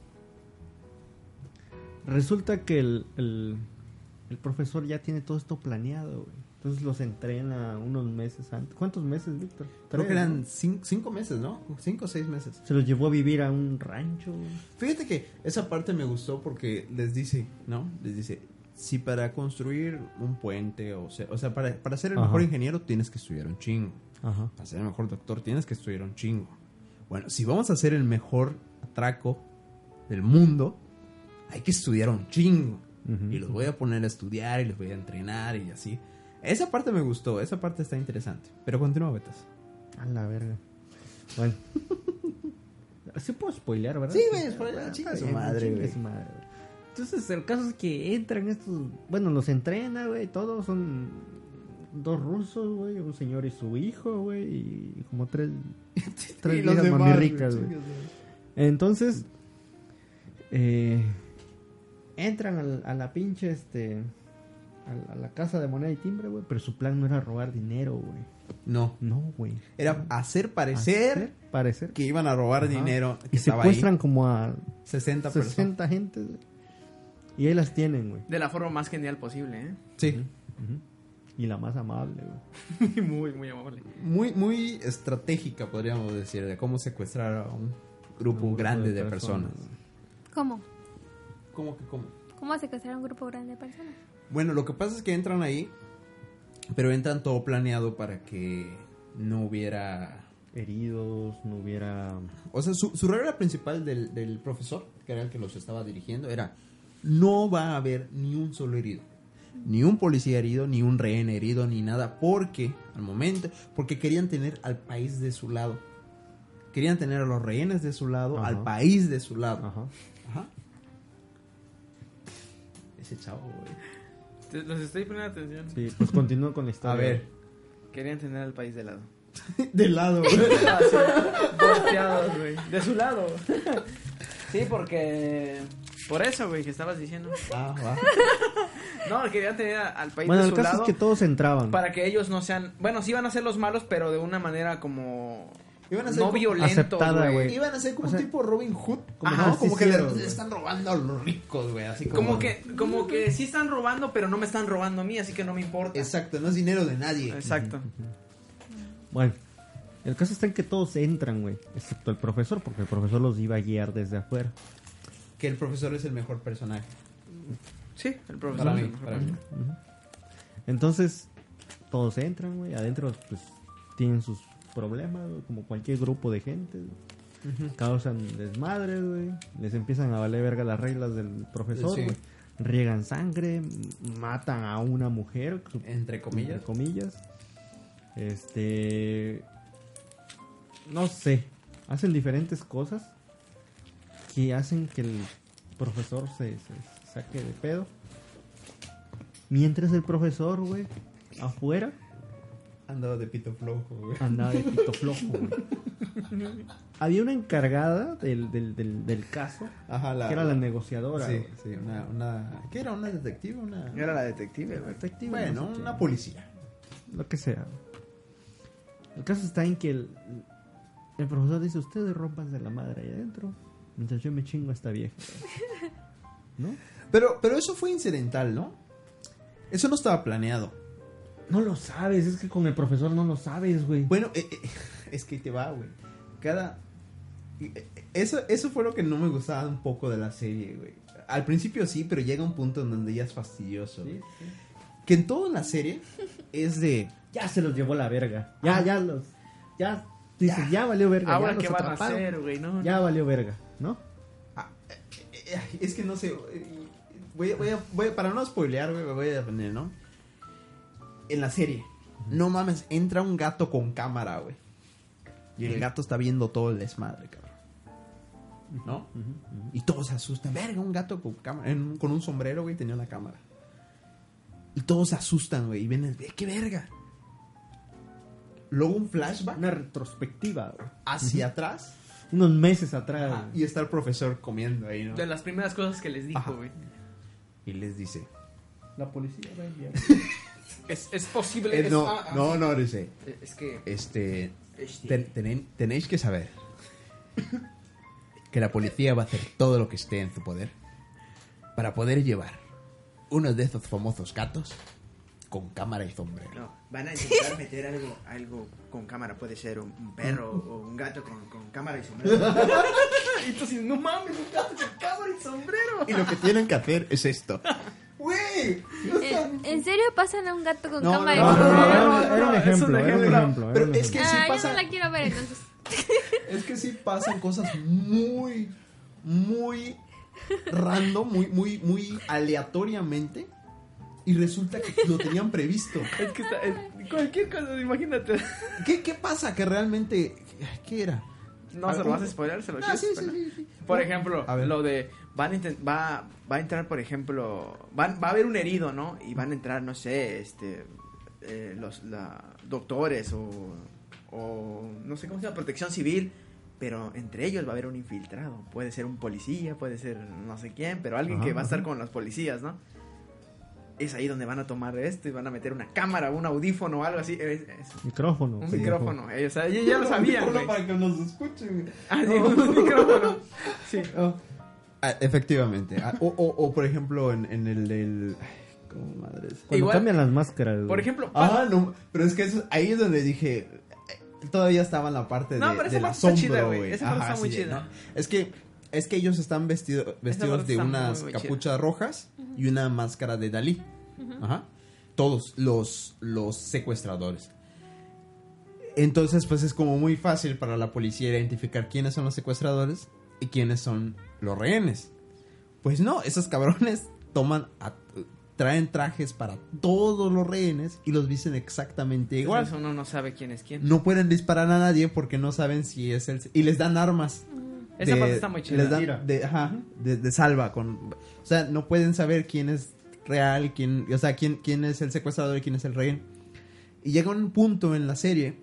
resulta que el, el, el profesor ya tiene todo esto planeado, güey. Entonces los entrena unos meses antes. ¿Cuántos meses, Víctor? Creo Tres, que eran ¿no? cinco, cinco meses, ¿no? Cinco o seis meses. Se los llevó a vivir a un rancho, güey. Fíjate que esa parte me gustó porque les dice, ¿no? Les dice, si para construir un puente, o sea, o sea para, para ser el Ajá. mejor ingeniero tienes que estudiar un chingo. Ajá. Para ser el mejor doctor tienes que estudiar un chingo. Bueno, si vamos a ser el mejor atraco del mundo, hay que estudiar un chingo. Ujú. Y los voy a poner a estudiar y los voy a entrenar y así. Esa parte me gustó, esa parte está interesante. Pero continúa, Betas. A la verga. Bueno. Sí puedo spoilear, ¿verdad? Sí, güey, spoiler, Bueno, chinga está su bien, madre, chinga güey. su madre, güey. Entonces, el caso es que entran estos... Bueno, los entrena, güey. Todos son dos rusos, güey. Un señor y su hijo, güey. Y como tres... tres Y los viejas demás, mamirricas, güey, güey. chingas, Entonces... Eh, entran al- a la pinche, este... A, a la casa de moneda y timbre, güey. Pero su plan no era robar dinero, güey. No, No, güey. era hacer parecer Hacer parecer que iban a robar Ajá. dinero que y estaba secuestran ahí. como a sesenta personas. sesenta gentes, güey. Y ahí las tienen, güey. De la forma más genial posible, ¿eh? Sí, Ujú. Y la más amable, güey. muy, muy amable. muy, muy estratégica, podríamos decir, de cómo secuestrar a un, grupo Un grupo grande de de personas. personas. ¿Cómo? ¿Cómo que cómo? ¿Cómo secuestrar a un grupo grande de personas? Bueno, lo que pasa es que entran ahí, pero entran todo planeado para que no hubiera... Heridos, no hubiera... O sea, su, su regla principal del, del profesor, que era el que los estaba dirigiendo, era: no va a haber ni un solo herido. Ni un policía herido, ni un rehén herido, ni nada. Porque, al momento, porque querían tener al país de su lado. Querían tener a los rehenes de su lado, Ajá. al país de su lado. Ajá. Ajá. Ese chavo, güey. Te- Los estoy poniendo atención. Sí, pues continúo con la historia. A ver. Querían tener al país de lado. De lado, güey. Ah, sí. Volteados, güey. De su lado. Sí, porque... Por eso, güey, que estabas diciendo. Ah, va. No, querían tener a- al país Bueno, de el su caso lado es que todos entraban. para que ellos no sean... Bueno, sí iban a ser los malos, pero de una manera como... Iban a ser no como- violentos, aceptada, güey. güey. Iban a ser como O sea- tipo Robin Hood. Como, Ajá, ¿no? sí, como que sí, le, güey. le están robando a los ricos, güey. Así como... Como que, como que sí están robando, pero no me están robando a mí, así que no me importa. Exacto, no es dinero de nadie. Exacto. Bueno, el caso está en que todos entran, güey. Excepto el profesor, porque el profesor los iba a guiar desde afuera. Que el profesor es el mejor personaje. Sí, el profesor. Para es mí, el mejor para mí. personaje. Entonces, todos entran, güey. Adentro, pues, tienen sus problemas, güey, como cualquier grupo de gente. Güey. Causan desmadres, güey. Les empiezan a valer verga las reglas del profesor, Sí. güey. Riegan sangre, m- matan a una mujer, su- Entre comillas. entre comillas. Este... No sé. Hacen diferentes cosas que hacen que el profesor se, se saque de pedo. Mientras el profesor, güey, afuera Andaba de pito flojo, güey. andaba de pito flojo, güey. Había una encargada del, del, del, del caso, Ajá, la... que era la negociadora. Sí, güey. sí, una, una... ¿Qué era? ¿Una detective? Una... Era la detective, güey. Detective, Bueno, no sé qué. una policía. Lo que sea. El caso está en que el, el profesor dice: ustedes rompan de la madre ahí adentro, mientras yo me chingo a esta vieja. ¿No? Pero, pero eso fue incidental, ¿no? Eso no estaba planeado. No lo sabes, es que con el profesor no lo sabes, güey. Bueno, eh, eh, es que te va, güey. Cada... eh, Eso, eso fue lo que no me gustaba un poco de la serie, güey. Al principio sí, pero llega un punto en donde ya es fastidioso. Sí, sí. Que en toda la serie es de... Ya se los llevó la verga. Ya, Ajá. ya los. Ya. Dice, ya. ya valió verga. Ahora, ya ¿qué los van a atraparon. hacer, güey? No, Ya valió verga, ¿no? Ah, eh, eh, es que no sé. eh, Voy, a- voy, a- voy a- para no spoilear, güey, me voy a defender, ¿no? En la serie, no mames, entra un gato con cámara, güey. Y el gato está viendo todo el desmadre, cabrón. ¿No? Y todos se asustan. Verga, un gato con cámara. en- con un sombrero, güey, tenía una cámara. Y todos se asustan, güey. Y ven el. ¡Qué verga! Luego un flashback Una retrospectiva, güey. hacia atrás. Unos meses atrás. Ajá, güey. y está el profesor comiendo ahí, ¿no? De las primeras cosas que les Ajá. dijo, güey. Y les dice. La policía va a enviar. Es, es posible. Eh, es- no, ah, ah, no, no, dice. Es que. Este. Este. ten- tenen- tenéis que saber que la policía va a hacer todo lo que esté en su poder para poder llevar uno de esos famosos gatos con cámara y sombrero. No, van a intentar meter algo, algo con cámara. Puede ser un, un perro o un gato con, con cámara y sombrero. Y entonces, no mames, un gato con cámara y sombrero. Y lo que tienen que hacer es esto. ¡Güey! No está- ¿En, en serio pasan a un gato con No, cámara? no, y no, sombrero? era, un- no, era un no, es un ejemplo, era un ejemplo. ejemplo. era Pero un es que ejemplo. sí Ah, yo pasa- no la quiero ver entonces. Es que sí pasan cosas muy, muy random, muy, muy, muy aleatoriamente. Y resulta que lo tenían previsto. Es que está, es- cualquier cosa, imagínate. ¿Qué, qué pasa? Que realmente... ¿Qué era? No se lo vas a spoiler, se lo Ah, quieres sí, sí, spoiler? sí, sí. Por ejemplo, A ver. lo de van a intent- va va a entrar, por ejemplo, van, va a haber un herido, ¿no? Y van a entrar, no sé, este eh, los la, doctores o, o no sé cómo se llama, protección civil, pero entre ellos va a haber un infiltrado. Puede ser un policía, puede ser no sé quién, pero alguien Ajá, que va a estar ajá. con los policías, ¿no? Es ahí donde van a tomar esto y van a meter una cámara, un audífono o algo así. Es- es Micrófono. un pendejo. micrófono. Ellos, o sea, ya, ya lo sabían, güey. Para que nos escuchen. Ah, sí, un micrófono. Sí. Ah, efectivamente. Ah, o, o, o, por ejemplo, en, en el del... ¿Cómo madres? Cuando Igual- cambian las máscaras. güey. Por ejemplo, Ah, no. Pero es que eso- ahí es donde dije... eh, todavía estaba en la parte No, de, pero esa del parte está chida, asombro, güey. güey. Esa parte Ajá, está muy sí, de, chida. ¿no? Es que es que ellos están vestido, vestidos parte de está unas muy, muy capuchas rojas y una máscara de Dalí. Ajá. Todos los, los secuestradores. Entonces, pues es como muy fácil para la policía identificar quiénes son los secuestradores y quiénes son los rehenes. Pues no, esos cabrones toman, a- traen trajes para todos los rehenes y los visten exactamente igual. Entonces uno no sabe quién es quién. No pueden disparar a nadie porque no saben si es el... Y les dan armas. Esa de- parte está muy chida. Les dan Tira. de, ajá, de, de salva. Con, o sea, no pueden saber quién es real, quién, o sea, quién, quién es el secuestrador y quién es el rehén. Y llega un punto en la serie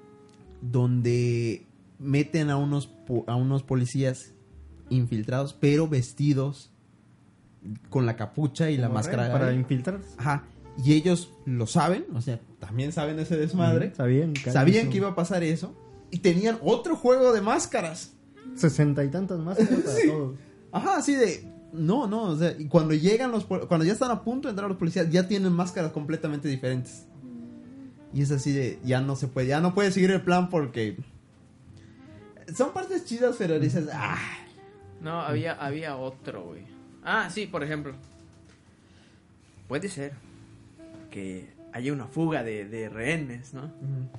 donde meten a unos, po- a unos policías infiltrados, pero vestidos con la capucha y la Como máscara. rey, para ahí. infiltrarse. Ajá. Y ellos lo saben, o sea, también saben ese desmadre. Ujú, Sabían, Sabían que iba a pasar eso. Y tenían otro juego de máscaras. Sesenta y tantas más para Sí. todos. Ajá, así de... No, no, o sea, y cuando llegan los... pol- Cuando ya están a punto de entrar los policías, ya tienen máscaras completamente diferentes. Y es así de... Ya no se puede... Ya no puede seguir el plan porque... Son partes chidas, pero dices... Ah, No, había, había otro, güey. Ah, sí, por ejemplo. Puede ser que haya una fuga de, de rehenes, ¿no?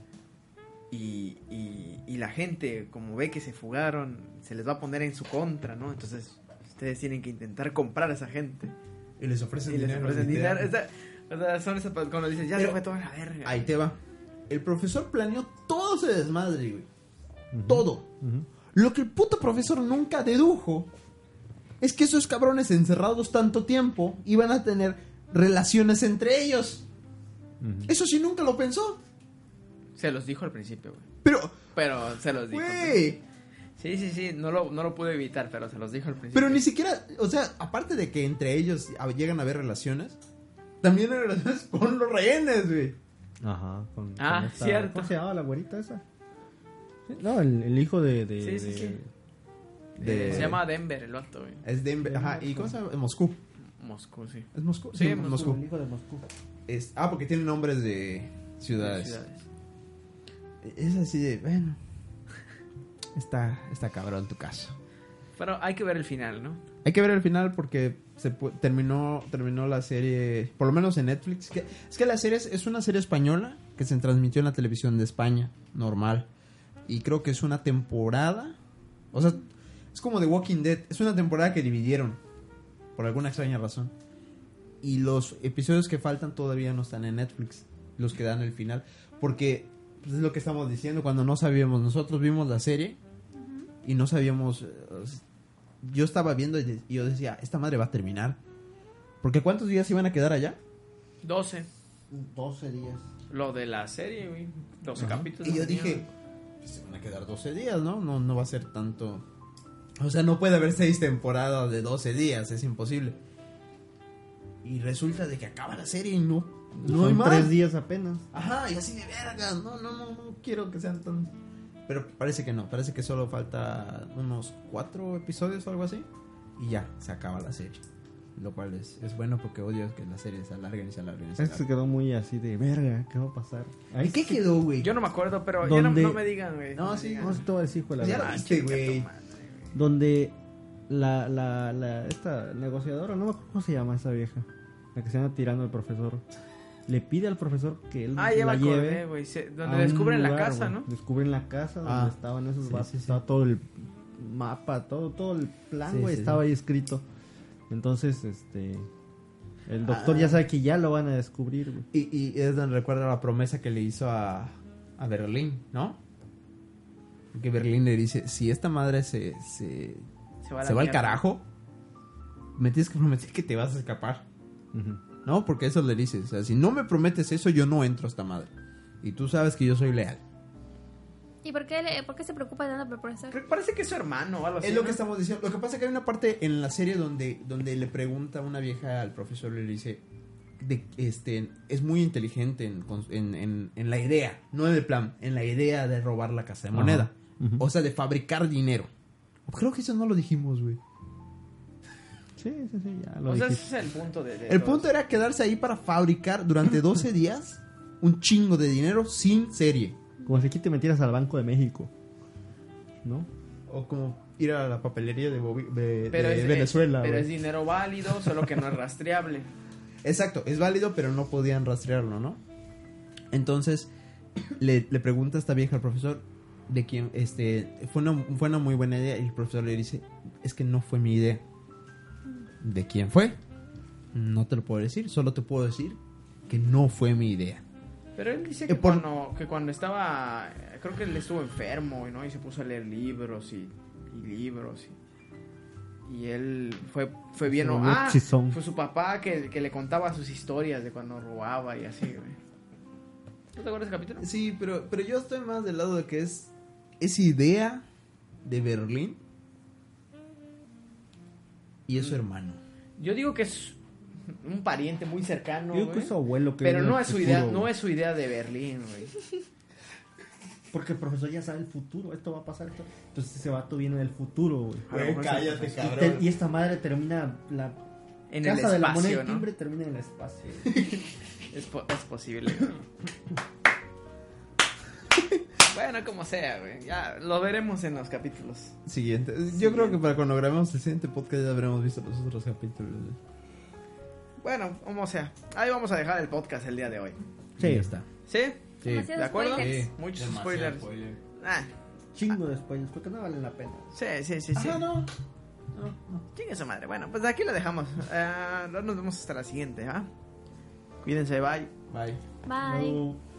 Y, y, y la gente, como ve que se fugaron, se les va a poner en su contra, ¿no? Entonces, ustedes tienen que intentar comprar a esa gente. y les ofrecen Y les dinero. ofrecen literal. dinero. Esa- o sea, son esas pa- cuando dices, ya Pero- se fue toda la verga. Ahí te va. El profesor planeó todo ese desmadre, güey. Todo. Ujú. Lo que el puto profesor nunca dedujo es que esos cabrones encerrados tanto tiempo iban a tener relaciones entre ellos. Ujú. Eso sí nunca lo pensó. Se los dijo al principio, güey. Pero, Pero se los dijo. güey, Sí, sí, sí, no lo, no lo pude evitar, pero se los dijo al principio. pero ni siquiera, o sea, aparte de que entre ellos a- llegan a haber relaciones, también hay relaciones con los rehenes, güey. Ajá. Con, Ah, con esta- cierto. ¿Cómo se llamaba la güerita esa? Sí, No, el, el hijo de... de, Sí, sí, de- sí. De- Se llama Denver el vato, güey. Es Denver, ajá, ¿y cómo se llama? Moscú. Moscú, sí. ¿Es Moscú? Sí, Moscú. El hijo de Moscú. Es- ah, porque tienen nombres de ciudades. Ciudades. Es así de, bueno, está, está cabrón tu caso. Pero hay que ver el final, ¿no? Hay que ver el final porque se pu- terminó terminó la serie, por lo menos en Netflix. Que, es que la serie es, es una serie española que se transmitió en la televisión de España, normal. Y creo que es una temporada. O sea, es como The Walking Dead. Es una temporada que dividieron, por alguna extraña razón. Y los episodios que faltan todavía no están en Netflix. Los que dan el final. Porque pues, es lo que estamos diciendo. Cuando no sabíamos, nosotros vimos la serie y no sabíamos... eh, yo estaba viendo y de- y yo decía, esta madre va a terminar. Porque ¿cuántos días iban a quedar allá? doce. doce días. Lo de la serie, güey. doce Ajá. capítulos. Y yo tenía. dije, pues, se van a quedar doce días, ¿no? ¿no? No va a ser tanto... O sea, no puede haber seis temporadas de doce días, es imposible. Y resulta de que acaba la serie y no, no hay Son más. tres días apenas. Ajá, y así de verga, no, no, no, no quiero que sean tan... Pero parece que no, parece que solo falta unos cuatro episodios o algo así. Y ya, se acaba la serie. Lo cual es, es bueno porque odio que las series se alarguen y se alarguen y se Es que se alarguen. quedó muy así de verga, ¿qué va a pasar? ¿Y qué quedó, güey? Yo no me acuerdo, pero ya no, ¿Dónde? no me digan, güey. No, me sí, digan. No, sí te voy a decir, hijo de la Ya verga. lo viste, chinga tu güey. madre, güey. Donde la, la, la, esta negociadora, no me acuerdo cómo se llama esa vieja, la que se anda tirando al profesor, le pide al profesor que él Ah, ya me la acordé, lleve güey. se- a Donde un descubren la lugar, casa, güey. ¿no? Descubren la casa donde Ah, estaban esos sí, vatos, sí, sí. estaba todo el mapa, todo, todo el plan, Sí, güey, sí, estaba sí. ahí escrito. Entonces, este, el doctor Ah. ya sabe que ya lo van a descubrir, güey. Y, y es donde recuerda la promesa que le hizo a, a Berlín, ¿no? Que Berlín le dice, si esta madre se, se, Se va, a la se va al mierda. carajo, me tienes que prometer que te vas a escapar. Ujú. ¿No? Porque eso le dices. O sea, si no me prometes eso, yo no entro a esta madre. Y tú sabes que yo soy leal. ¿Y por qué, le- por qué se preocupa tanto por el profesor? Creo que parece que es su hermano o algo así. Es lo ¿no? que estamos diciendo. Lo que pasa es que hay una parte en la serie donde, donde le pregunta una vieja al profesor y le dice, de, este, es muy inteligente en, en, en, en la idea, no en el plan, en la idea de robar la casa de Ajá. moneda. Ujú. O sea, de fabricar dinero. Creo que eso no lo dijimos, güey. Sí, sí, sí, ya lo O sea, dijiste. ese es el punto de. de El todo punto esto. era quedarse ahí para fabricar durante doce días un chingo de dinero sin serie. Como si aquí te metieras al Banco de México, ¿no? O como ir a la papelería de, Bobi- de, Pero de es, Venezuela. es- pero güey. es dinero válido, solo que no es rastreable. Exacto, es válido, pero no podían rastrearlo, ¿no? Entonces, le, le pregunta a esta vieja al profesor de quién, este, fue una, fue una muy buena idea, y el profesor le dice, es que no fue mi idea. ¿De quién fue? No te lo puedo decir, solo te puedo decir que no fue mi idea. Pero él dice que, Eh, por- cuando, que cuando estaba, creo que él estuvo enfermo, ¿no? Y se puso a leer libros y, y libros. Y, y él fue, fue bien... Se ¿no? volvió Ah, chisón. fue su papá que, que le contaba sus historias de cuando robaba y así, güey. ¿No te acuerdas del capítulo? Sí, pero, pero yo estoy más del lado de que es, es idea de Berlín y es su hermano. Yo digo que es un pariente muy cercano, Yo creo que güey. es su abuelo que Pero viene no del es su futuro, idea, güey. no es su idea de Berlín, güey. Porque el profesor ya sabe el futuro, esto va a pasar. Esto. Entonces ese vato viene del futuro, güey. A lo mejor es el cállate, profesor. Y, te- y esta madre termina la En el casa de la moneda espacio, de ¿no? timbre termina en el espacio. Es, po- es posible, güey. Bueno, como sea, güey. Ya lo veremos en los capítulos. Siguiente. Yo creo que para cuando grabemos el siguiente podcast ya habremos visto los otros capítulos. Bueno, como sea. Ahí vamos a dejar el podcast el día de hoy. Sí, Y ya está. ¿Sí? Sí. Demasiados ¿De acuerdo? spoilers. Sí. Muchos Demasiado spoilers. spoiler. Ah, Chingo de spoilers, porque no valen la pena. sí, sí, sí, sí. Ajá, no. No, no. Chingue su madre. Bueno, pues aquí lo dejamos. Ah, nos vemos hasta la siguiente, ¿ah? Cuídense, bye. Bye. Bye. No.